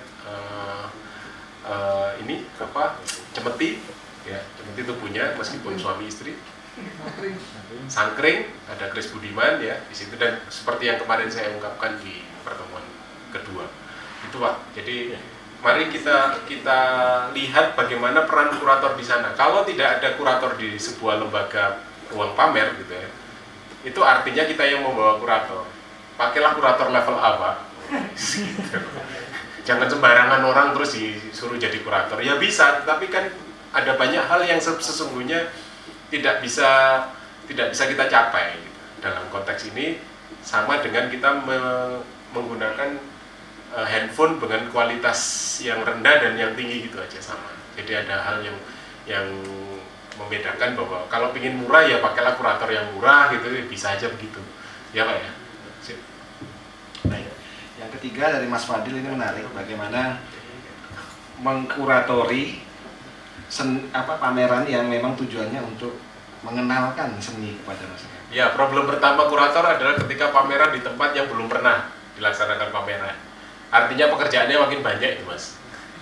Cemeti ya, Cemeti itu punya meskipun suami istri. Sangkring ada Chris Budiman ya di situ, dan seperti yang kemarin saya ungkapkan di pertemuan kedua itu Pak. Jadi mari kita lihat bagaimana peran kurator di sana. Kalau tidak ada kurator di sebuah lembaga ruang pamer gitu ya, itu artinya kita yang membawa kurator. Pakailah kurator level A, Pak. Jangan sembarangan orang terus disuruh jadi kurator. Ya bisa, tapi kan ada banyak hal yang sesungguhnya tidak bisa kita capai gitu. Dalam konteks ini sama dengan kita menggunakan handphone dengan kualitas yang rendah dan yang tinggi gitu aja sama. Jadi ada hal yang membedakan bahwa kalau ingin murah ya pakailah kurator yang murah gitu, bisa aja begitu. Ya Pak ya. Baik. Yang ketiga dari Mas Fadil ini menarik, bagaimana mengkuratori pameran yang memang tujuannya untuk mengenalkan seni kepada masyarakat. Ya, problem pertama kurator adalah ketika pameran di tempat yang belum pernah dilaksanakan pameran. Artinya pekerjaannya makin banyak itu, Mas.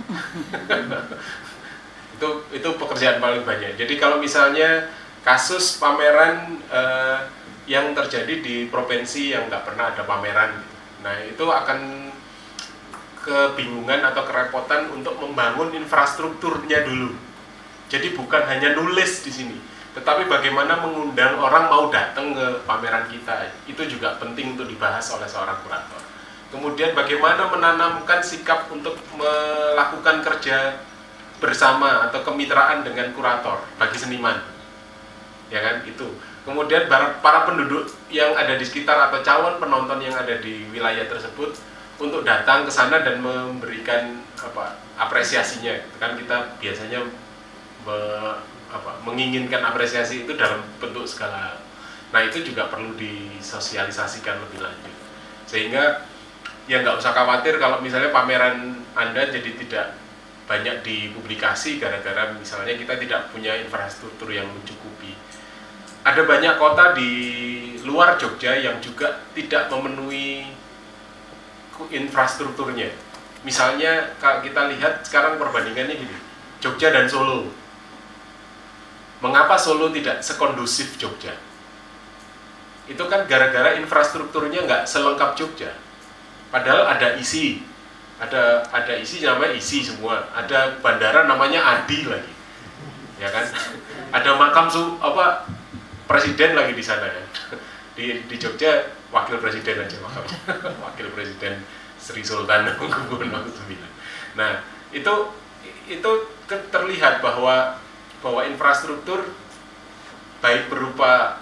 itu pekerjaan paling banyak. Jadi kalau misalnya kasus pameran yang terjadi di provinsi yang nggak pernah ada pameran, nah itu akan kebingungan atau kerepotan untuk membangun infrastrukturnya dulu. Jadi bukan hanya nulis di sini, tetapi bagaimana mengundang orang mau datang ke pameran kita, itu juga penting untuk dibahas oleh seorang kurator. Kemudian bagaimana menanamkan sikap untuk melakukan kerja bersama atau kemitraan dengan kurator bagi seniman, ya kan, itu. Kemudian para penduduk yang ada di sekitar atau calon penonton yang ada di wilayah tersebut untuk datang ke sana dan memberikan apresiasinya. Kan kita biasanya menginginkan apresiasi itu dalam bentuk segala hal. Nah, itu juga perlu disosialisasikan lebih lanjut. Sehingga ya nggak usah khawatir kalau misalnya pameran Anda jadi tidak banyak dipublikasi gara-gara misalnya kita tidak punya infrastruktur yang mencukupi. Ada banyak kota di luar Jogja yang juga tidak memenuhi infrastrukturnya. Misalnya kalau kita lihat sekarang perbandingannya gini, Jogja dan Solo. Mengapa Solo tidak sekondusif Jogja? Itu kan gara-gara infrastrukturnya nggak selengkap Jogja. Padahal ada isi, ada isi namanya isi semua. Ada bandara namanya Adi lagi, ya kan? Ada makam presiden lagi di sana ya. Di Jogja wakil presiden aja makamnya. Wakil presiden Sri Sultan Hamengkubuwono IX. Nah, itu terlihat bahwa infrastruktur baik berupa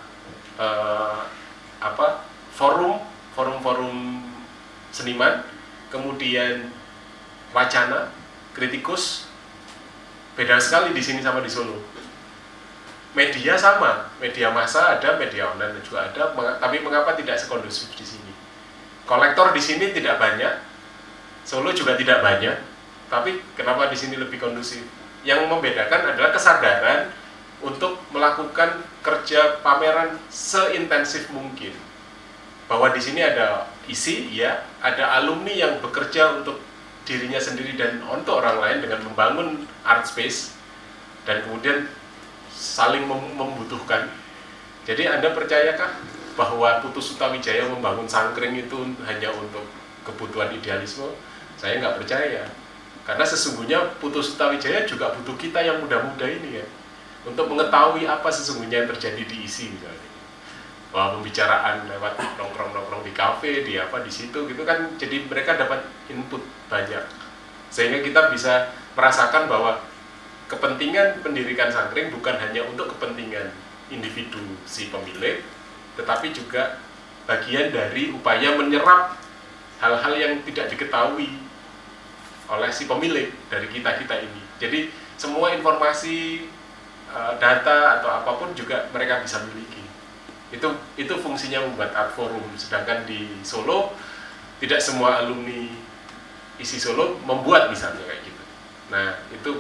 forum seniman, kemudian wacana, kritikus, beda sekali di sini sama di Solo. Media sama, media massa ada, media online juga ada, tapi mengapa tidak sekondusif di sini? Kolektor di sini tidak banyak, Solo juga tidak banyak, tapi kenapa di sini lebih kondusif? Yang membedakan adalah kesadaran untuk melakukan kerja pameran seintensif mungkin. Bahwa di sini ada isi, ya, ada alumni yang bekerja untuk dirinya sendiri dan untuk orang lain dengan membangun art space, dan kemudian saling membutuhkan. Jadi Anda percayakah bahwa Putu Sutawijaya membangun Sangkring itu hanya untuk kebutuhan idealisme? Saya nggak percaya. Karena sesungguhnya Putu Sutawijaya juga butuh kita yang muda-muda ini ya, untuk mengetahui apa sesungguhnya yang terjadi di isi misalnya. Bahwa pembicaraan lewat nongkrong-nongkrong di kafe, di situ gitu kan, jadi mereka dapat input banyak. Sehingga kita bisa merasakan bahwa kepentingan pendirikan Sangkring bukan hanya untuk kepentingan individu si pemilik, tetapi juga bagian dari upaya menyerap hal-hal yang tidak diketahui oleh si pemilik dari kita-kita ini. Jadi semua informasi, data atau apapun juga mereka bisa miliki. Itu fungsinya membuat art forum. Sedangkan di Solo tidak semua alumni isi Solo membuat misalnya kayak gitu. Nah, itu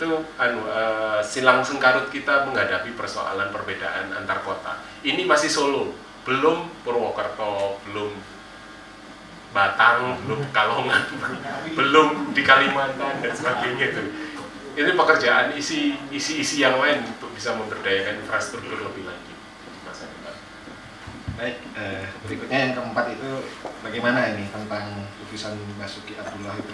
silang sengkarut kita menghadapi persoalan perbedaan antar kota. Ini masih Solo, belum Purwokerto, belum Batang, belum Pekalongan, belum di Kalimantan dan sebagainya itu. Ini pekerjaan isi yang lain untuk bisa memberdayakan infrastruktur lebih lanjut di masa depan. Baik, berikutnya yang keempat itu bagaimana ini tentang lukisan Basuki Abdullah itu?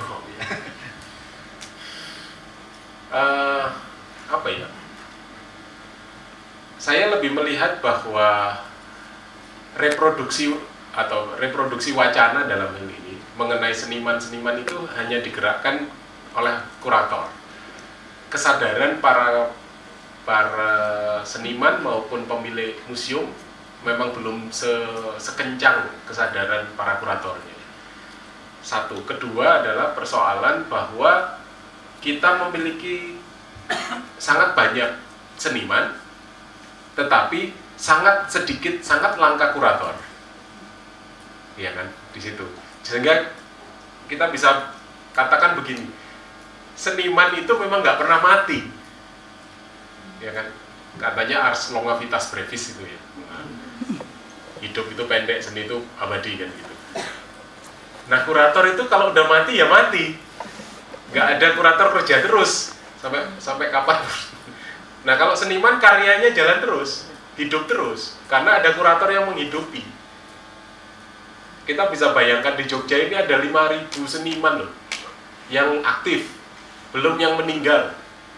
Saya lebih melihat bahwa reproduksi wacana dalam hal ini mengenai seniman-seniman itu hanya digerakkan oleh kurator. Kesadaran para seniman maupun pemilik museum memang belum sekencang kesadaran para kuratornya. Satu, kedua adalah persoalan bahwa kita memiliki sangat banyak seniman, tetapi sangat sedikit, sangat langka kurator, ya kan, di situ. Sehingga kita bisa katakan begini, seniman itu memang nggak pernah mati, ya kan. Katanya ars longa vitas brevis itu ya, hidup itu pendek, seni itu abadi kan gitu. Nah, kurator itu kalau udah mati ya mati. Nggak ada kurator kerja terus sampai kapan. Nah, kalau seniman karyanya jalan terus, hidup terus, karena ada kurator yang menghidupi. Kita bisa bayangkan di Jogja ini ada 5.000 seniman loh yang aktif, belum yang meninggal.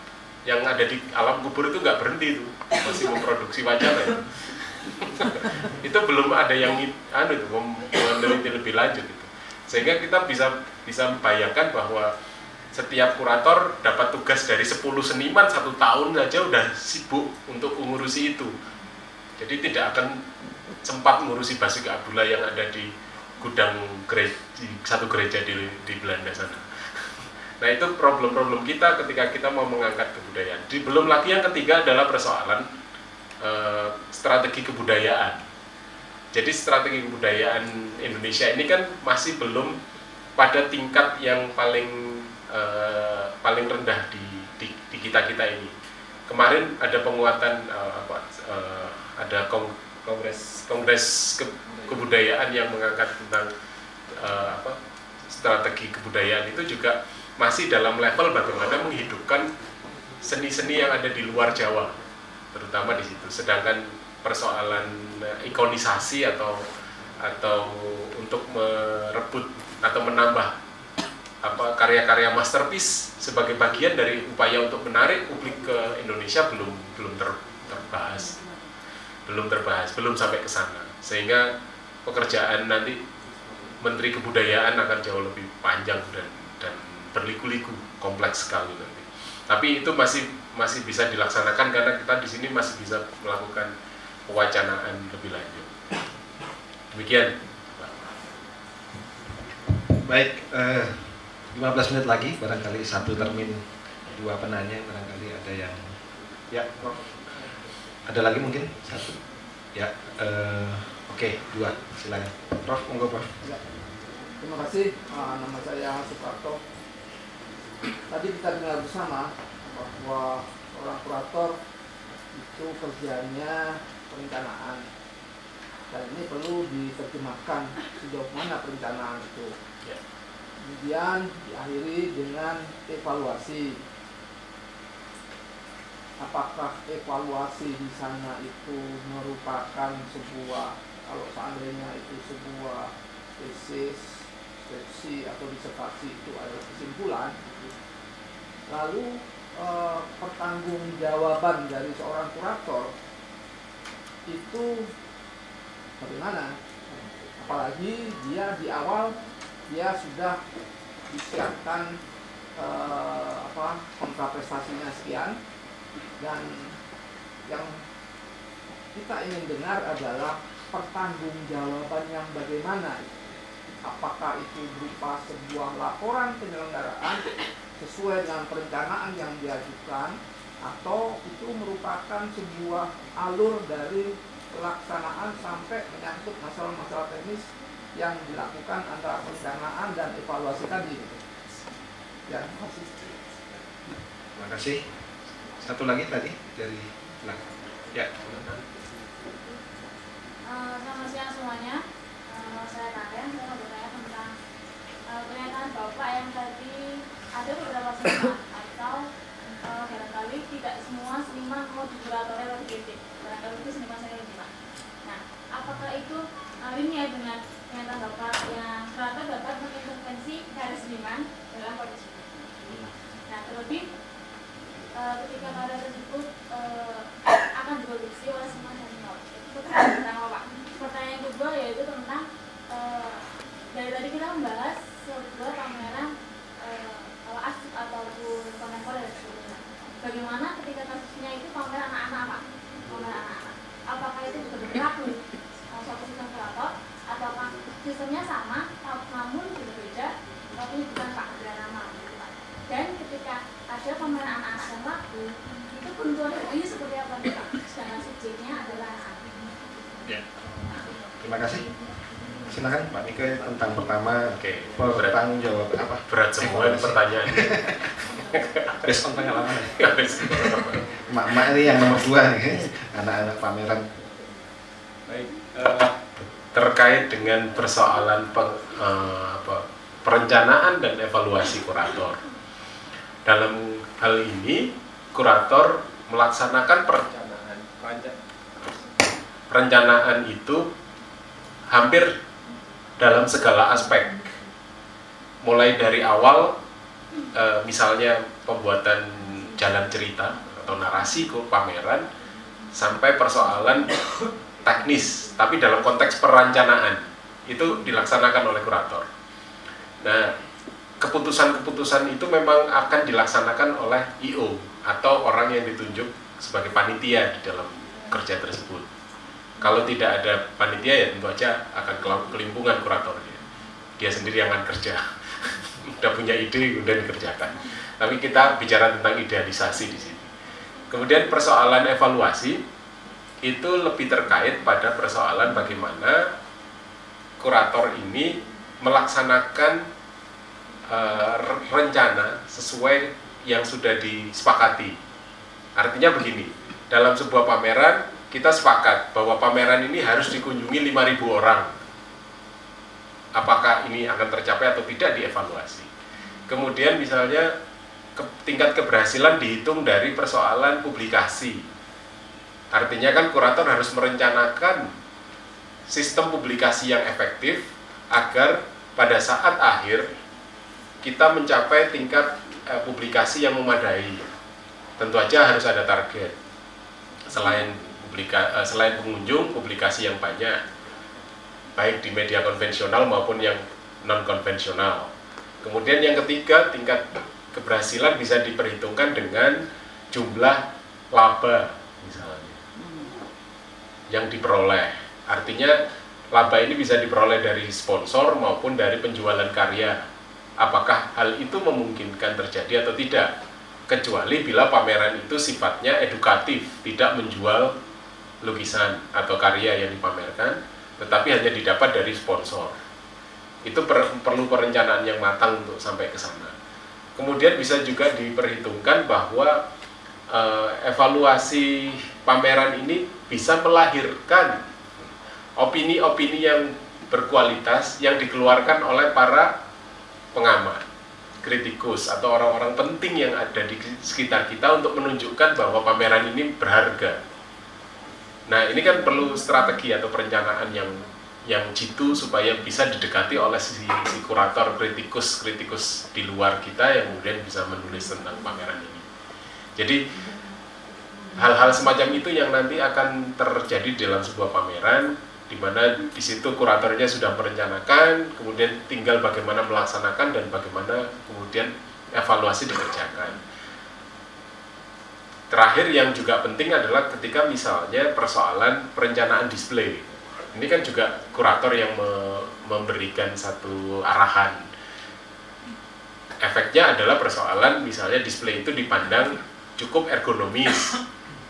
yang ada di alam kubur itu nggak berhenti tuh, masih memproduksi wacana itu. Itu belum ada yang meneliti lebih lanjut itu. Sehingga kita bisa membayangkan bahwa setiap kurator dapat tugas dari 10 seniman 1 tahun saja udah sibuk untuk mengurusi itu. Jadi tidak akan sempat mengurusi Basuki Abdullah yang ada di gudang satu gereja di Belanda sana. Nah, itu problem-problem kita ketika kita mau mengangkat kebudayaan. Belum lagi yang ketiga adalah persoalan strategi kebudayaan. Jadi strategi kebudayaan Indonesia ini kan masih belum pada tingkat yang paling rendah di kita ini. Kemarin ada penguatan ada kongres kebudayaan yang mengangkat tentang strategi kebudayaan itu juga masih dalam level bagaimana menghidupkan seni-seni yang ada di luar Jawa, terutama di situ. Sedangkan persoalan ikonisasi atau untuk merebut atau menambah karya-karya masterpiece sebagai bagian dari upaya untuk menarik publik ke Indonesia belum terbahas, belum sampai ke sana. Sehingga pekerjaan nanti Menteri Kebudayaan akan jauh lebih panjang dan berliku-liku, kompleks sekali nanti. Tapi itu masih bisa dilaksanakan karena kita di sini masih bisa melakukan pewacanaan lebih lanjut. Demikian. Baik, 15 menit lagi, barangkali 1 termin 2 penanya, barangkali ada yang ya, Prof. Ada lagi mungkin 1? Ya, oke, 2, silakan. Prof, monggo Prof. Ya. Terima kasih, nama saya Suparto. Tadi kita dengar bersama bahwa seorang kurator itu kerjanya perencanaan, dan ini perlu diterjemahkan sejauh mana perencanaan itu. Kemudian diakhiri dengan evaluasi. Apakah evaluasi di sana itu merupakan sebuah, kalau seandainya itu sebuah tesis, skripsi atau disertasi, itu adalah kesimpulan. Lalu pertanggungjawaban dari seorang kurator itu bagaimana? Apalagi dia di awal dia sudah disiapkan kontraprestasinya sekian, dan yang kita ingin dengar adalah pertanggungjawaban yang bagaimana. Apakah itu berupa sebuah laporan penyelenggaraan sesuai dengan perencanaan yang diajukan, atau itu merupakan sebuah alur dari pelaksanaan sampai menyangkut masalah-masalah teknis yang dilakukan antara perencanaan dan evaluasi tadi. Ya, terima kasih. Terima kasih. 1 lagi tadi dari belakang. Ya. Selamat siang semuanya. Saya Karen, saya mau bertanya tentang pernyataan Bapak yang tadi ada beberapa seniman atau barangkali tidak semua seniman mau dikuratori oleh kritik. Barangkali itu seniman saya lima. Nah, apakah itu linear dengan pernyataan Bapak yang kurator dapat mengintervensi karya seniman dalam produksi? Nah, terlebih ketika karya tersebut akan diproduksi oleh seniman senior, itu tentang apa, Pak? Pertanyaan kedua yaitu tentang dari tadi kita membahas sebuah pameran arsip ataupun kontemporer dan sebagainya. Bagaimana ketika kasusnya itu pameran anak-anak, Pak? Pameran anak-anak. Apakah itu juga berlaku suatu sistem kurator, ataukah sistemnya sama namun berbeda tapi bukan Pak nama, Pak? Dan ketika ada pameran anak-anak yang laku, itu bentuknya ini seperti apa nih, Pak? Sedangkan subjeknya adalah anak. Ya. Terima kasih. Silakan Pak Mika tentang pertama. Oke, bertanggung jawab apa? Berat semua pertanyaan. Based on pengalaman. Mak-mak ini yang nomor 2 nih, anak-anak pameran. Baik, terkait dengan persoalan perencanaan dan evaluasi kurator. Dalam hal ini, kurator melaksanakan perencanaan itu hampir dalam segala aspek, mulai dari awal misalnya pembuatan jalan cerita atau narasi ke pameran sampai persoalan teknis, tapi dalam konteks perencanaan itu dilaksanakan oleh kurator. Nah, keputusan-keputusan itu memang akan dilaksanakan oleh IO atau orang yang ditunjuk sebagai panitia di dalam kerja tersebut. Kalau tidak ada panitia ya tentu aja akan kelimpungan kurator. Dia sendiri yang akan kerja. Udah punya ide kemudian dikerjakan. Tapi kita bicara tentang idealisasi di sini. Kemudian persoalan evaluasi itu lebih terkait pada persoalan bagaimana kurator ini melaksanakan rencana sesuai yang sudah disepakati. Artinya begini, dalam sebuah pameran kita sepakat bahwa pameran ini harus dikunjungi 5.000 orang. Apakah ini akan tercapai atau tidak dievaluasi. Kemudian misalnya tingkat keberhasilan dihitung dari persoalan publikasi. Artinya kan kurator harus merencanakan sistem publikasi yang efektif agar pada saat akhir kita mencapai tingkat publikasi yang memadai. Tentu aja harus ada target. Selain pengunjung, publikasi yang banyak, baik di media konvensional maupun yang non konvensional. Kemudian yang ketiga, tingkat keberhasilan bisa diperhitungkan dengan jumlah laba misalnya yang diperoleh. Artinya laba ini bisa diperoleh dari sponsor maupun dari penjualan karya. Apakah hal itu memungkinkan terjadi atau tidak? Kecuali bila pameran itu sifatnya edukatif, tidak menjual lukisan atau karya yang dipamerkan, tetapi hanya didapat dari sponsor. Itu perlu perencanaan yang matang untuk sampai ke sana. Kemudian bisa juga diperhitungkan bahwa evaluasi pameran ini bisa melahirkan opini-opini yang berkualitas yang dikeluarkan oleh para pengamat, kritikus, atau orang-orang penting yang ada di sekitar kita untuk menunjukkan bahwa pameran ini berharga. Nah, ini kan perlu strategi atau perencanaan yang jitu supaya bisa didekati oleh si kurator, kritikus di luar kita yang kemudian bisa menulis tentang pameran ini. Jadi hal-hal semacam itu yang nanti akan terjadi dalam sebuah pameran, di mana di situ kuratornya sudah merencanakan, kemudian tinggal bagaimana melaksanakan dan bagaimana kemudian evaluasi dikerjakan. Terakhir yang juga penting adalah ketika misalnya persoalan perencanaan display. Ini kan juga kurator yang memberikan satu arahan. Efeknya adalah persoalan misalnya display itu dipandang cukup ergonomis,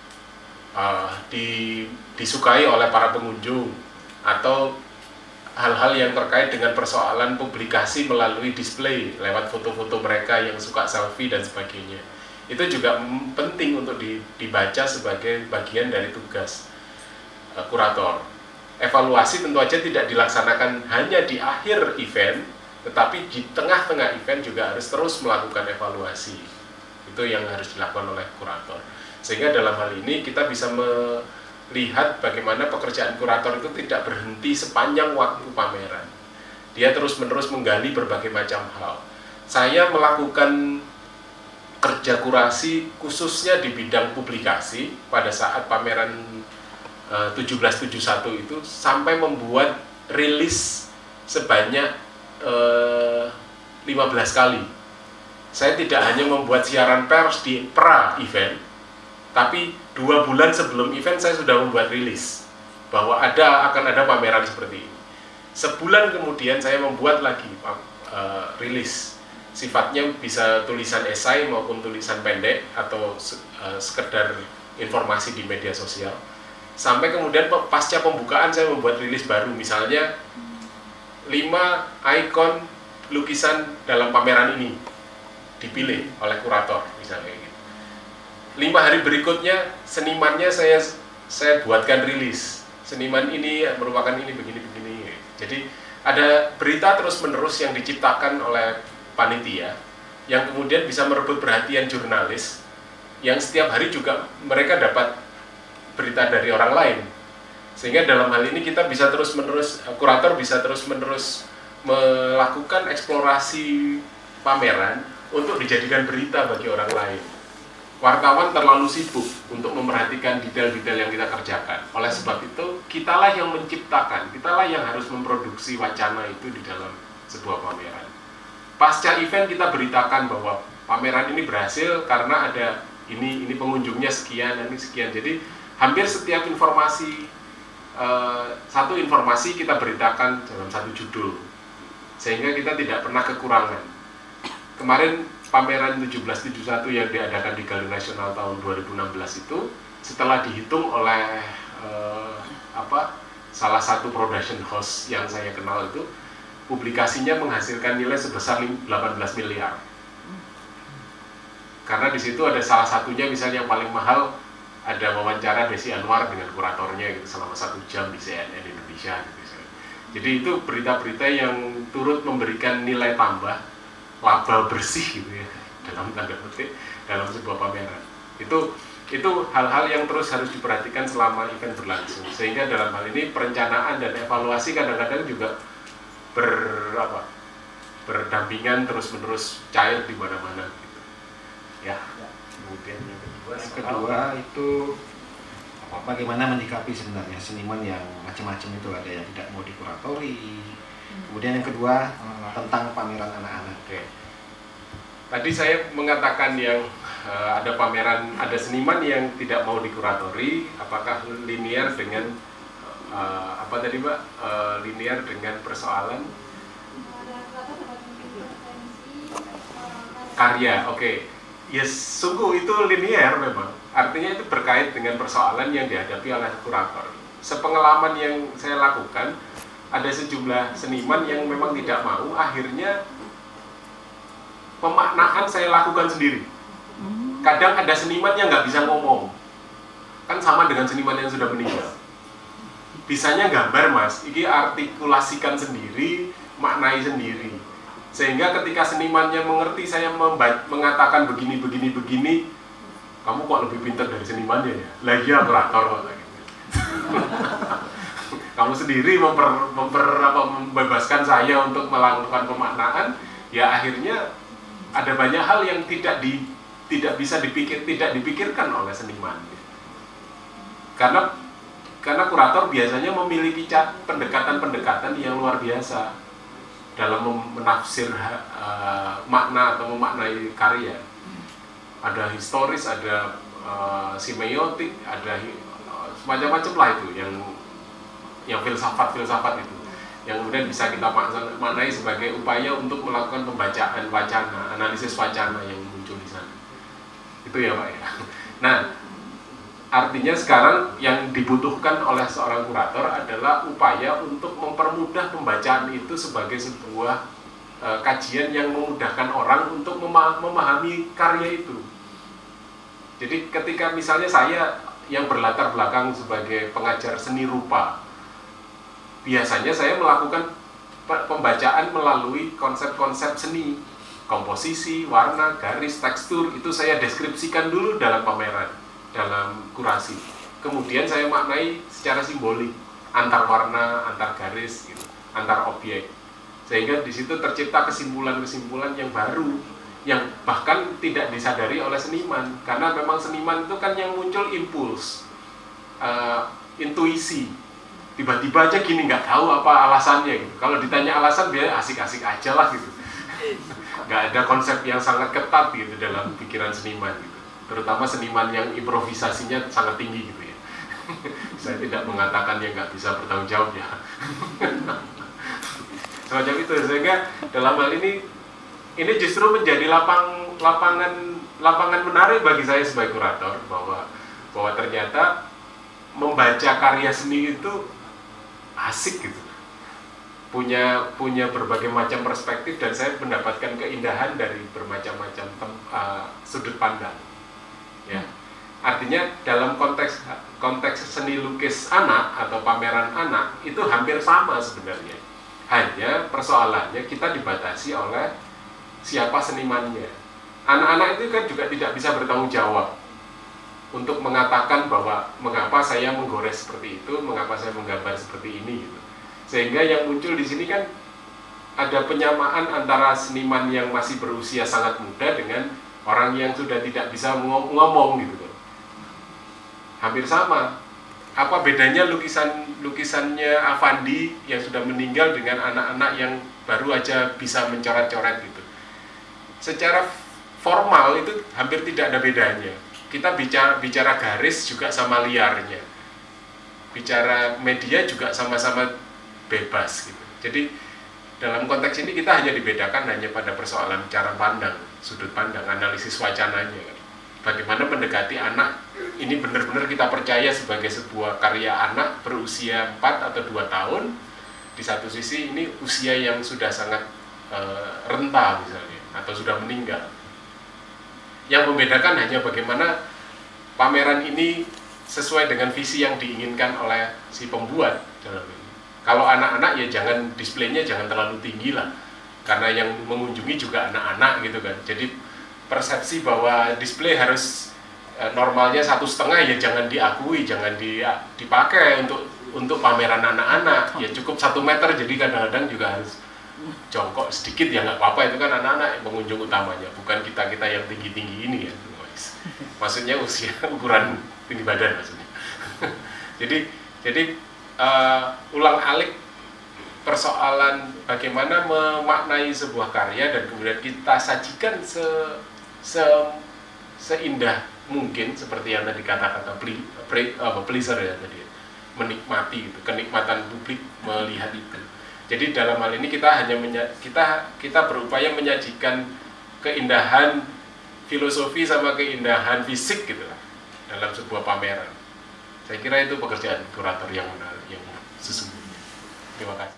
disukai oleh para pengunjung, atau hal-hal yang terkait dengan persoalan publikasi melalui display lewat foto-foto mereka yang suka selfie dan sebagainya. Itu juga penting untuk dibaca sebagai bagian dari tugas kurator. Evaluasi tentu aja tidak dilaksanakan hanya di akhir event, tetapi di tengah-tengah event juga harus terus melakukan evaluasi. Itu yang harus dilakukan oleh kurator. Sehingga dalam hal ini kita bisa melihat bagaimana pekerjaan kurator itu tidak berhenti sepanjang waktu pameran. Dia terus-menerus menggali berbagai macam hal. Saya melakukan kerja kurasi khususnya di bidang publikasi pada saat pameran 1771 itu sampai membuat rilis sebanyak 15 kali. Saya tidak hanya membuat siaran pers di pra-event, tapi 2 bulan sebelum event saya sudah membuat rilis bahwa akan ada pameran seperti ini. Sebulan kemudian saya membuat lagi rilis, sifatnya bisa tulisan esai maupun tulisan pendek atau sekedar informasi di media sosial. Sampai kemudian pasca pembukaan saya membuat rilis baru, misalnya 5 ikon lukisan dalam pameran ini dipilih oleh kurator misalnya gitu. 5 hari berikutnya senimannya saya buatkan rilis. Seniman ini merupakan ini begini. Jadi ada berita terus-menerus yang diciptakan oleh panitia yang kemudian bisa merebut perhatian jurnalis yang setiap hari juga mereka dapat berita dari orang lain. Sehingga dalam hal ini kita bisa terus-menerus, kurator bisa terus-menerus melakukan eksplorasi pameran untuk dijadikan berita bagi orang lain. wartawan terlalu sibuk untuk memperhatikan detail-detail yang kita kerjakan. Oleh sebab itu, kitalah yang menciptakan, kitalah yang harus memproduksi wacana itu di dalam sebuah pameran. Pasca event kita beritakan bahwa pameran ini berhasil karena ada ini pengunjungnya sekian, ini sekian. Jadi hampir setiap informasi, satu informasi kita beritakan dalam satu judul, sehingga kita tidak pernah kekurangan. Kemarin pameran 1771 yang diadakan di Galeri Nasional tahun 2016 itu, setelah dihitung oleh salah satu production house yang saya kenal itu, publikasinya menghasilkan nilai sebesar 18 miliar. Karena di situ ada salah satunya, misalnya yang paling mahal, ada wawancara Desi Anwar dengan kuratornya gitu selama 1 jam di CNN Indonesia gitu. Jadi itu berita-berita yang turut memberikan nilai tambah, laba bersih gitu ya, dalam tanda petik, dalam sebuah pameran. Itu hal-hal yang terus harus diperhatikan selama event berlangsung. Sehingga dalam hal ini perencanaan dan evaluasi kadang-kadang juga berdampingan terus-menerus, cair di mana-mana gitu. Ya. Kemudian yang kedua itu bagaimana menyikapi sebenarnya seniman yang macam-macam itu, ada yang tidak mau dikuratori. Kemudian yang kedua tentang pameran anak-anak. Oke. Tadi saya mengatakan yang ada pameran, ada seniman yang tidak mau dikuratori, apakah linear dengan linear dengan persoalan karya. Oke. Yes, sungguh itu linear memang. Artinya itu berkait dengan persoalan yang dihadapi oleh kurator. Sepengalaman yang saya lakukan, ada sejumlah seniman yang memang tidak mau, akhirnya pemaknaan saya lakukan sendiri. Kadang ada seniman yang nggak bisa ngomong, kan sama dengan seniman yang sudah meninggal. Bisanya gambar mas, ini artikulasikan sendiri, maknai sendiri. Sehingga ketika senimannya mengerti saya mengatakan begini, kamu kok lebih pintar dari senimannya ya? Lah iya kurator kok. Kamu sendiri membebaskan saya untuk melakukan pemaknaan, ya akhirnya ada banyak hal yang tidak bisa dipikirkan oleh seniman. Karena kurator biasanya memiliki pendekatan-pendekatan yang luar biasa dalam menafsir makna atau memaknai karya. Ada historis, ada semiotik, ada macam-macam lah itu yang filsafat itu, yang kemudian bisa kita maknai sebagai upaya untuk melakukan pembacaan wacana, analisis wacana yang muncul di sana. Itu ya Pak ya. Nah, artinya sekarang yang dibutuhkan oleh seorang kurator adalah upaya untuk mempermudah pembacaan itu sebagai sebuah kajian yang memudahkan orang untuk memahami karya itu. Jadi ketika misalnya saya yang berlatar belakang sebagai pengajar seni rupa, biasanya saya melakukan pembacaan melalui konsep-konsep seni, komposisi, warna, garis, tekstur, itu saya deskripsikan dulu dalam pameran, dalam kurasi. Kemudian saya maknai secara simbolik, antar warna, antar garis, gitu, antar objek. Sehingga di situ tercipta kesimpulan-kesimpulan yang baru, yang bahkan tidak disadari oleh seniman. Karena memang seniman itu kan yang muncul impuls, intuisi. Tiba-tiba aja gini, nggak tahu apa alasannya gitu. Kalau ditanya alasan, biar asik-asik aja lah gitu. Nggak ada konsep yang sangat ketat gitu dalam pikiran seniman gitu. Terutama seniman yang improvisasinya sangat tinggi gitu ya. Saya tidak mengatakan yang nggak bisa bertanggung jawab ya. Semacam itu, sehingga dalam hal ini justru menjadi lapangan menarik bagi saya sebagai kurator, bahwa ternyata membaca karya seni itu asik gitu, punya berbagai macam perspektif, dan saya mendapatkan keindahan dari bermacam-macam sudut pandang. Ya, artinya dalam konteks seni lukis anak atau pameran anak itu hampir sama sebenarnya. Hanya persoalannya kita dibatasi oleh siapa senimannya. Anak-anak itu kan juga tidak bisa bertanggung jawab untuk mengatakan bahwa mengapa saya menggores seperti itu, mengapa saya menggambar seperti ini gitu. Sehingga yang muncul di sini kan ada penyamaan antara seniman yang masih berusia sangat muda dengan orang yang sudah tidak bisa ngomong gitu loh. Hampir sama. Apa bedanya lukisannya Avandi yang sudah meninggal dengan anak-anak yang baru aja bisa mencoret-coret gitu. Secara formal itu hampir tidak ada bedanya. Kita bicara garis juga sama liarnya. Bicara media juga sama-sama bebas gitu. Jadi dalam konteks ini kita hanya dibedakan hanya pada persoalan cara pandang, sudut pandang, analisis wacananya. Bagaimana mendekati anak ini benar-benar kita percaya sebagai sebuah karya anak berusia 4 atau 2 tahun. Di satu sisi ini usia yang sudah sangat renta misalnya, atau sudah meninggal. Yang membedakan hanya bagaimana pameran ini sesuai dengan visi yang diinginkan oleh si pembuat dalam ini. Kalau anak-anak ya jangan displaynya jangan terlalu tinggi lah, karena yang mengunjungi juga anak-anak gitu kan. Jadi persepsi bahwa display harus normalnya 1,5 ya jangan diakui, jangan dipakai untuk pameran anak-anak. Ya cukup 1 meter, jadi kadang-kadang juga harus jongkok sedikit ya nggak apa-apa, itu kan anak-anak yang pengunjung utamanya, bukan kita yang tinggi-tinggi ini ya. Maksudnya usia ukuran tinggi badan maksudnya. jadi ulang-alik persoalan bagaimana memaknai sebuah karya dan kemudian kita sajikan seindah mungkin seperti yang tadi kata-kata pleaser ya tadi, menikmati gitu, kenikmatan publik melihat itu. Jadi dalam hal ini kita hanya kita berupaya menyajikan keindahan filosofi sama keindahan fisik gitu lah dalam sebuah pameran. Saya kira itu pekerjaan kurator yang benar, yang sesungguhnya. Terima kasih.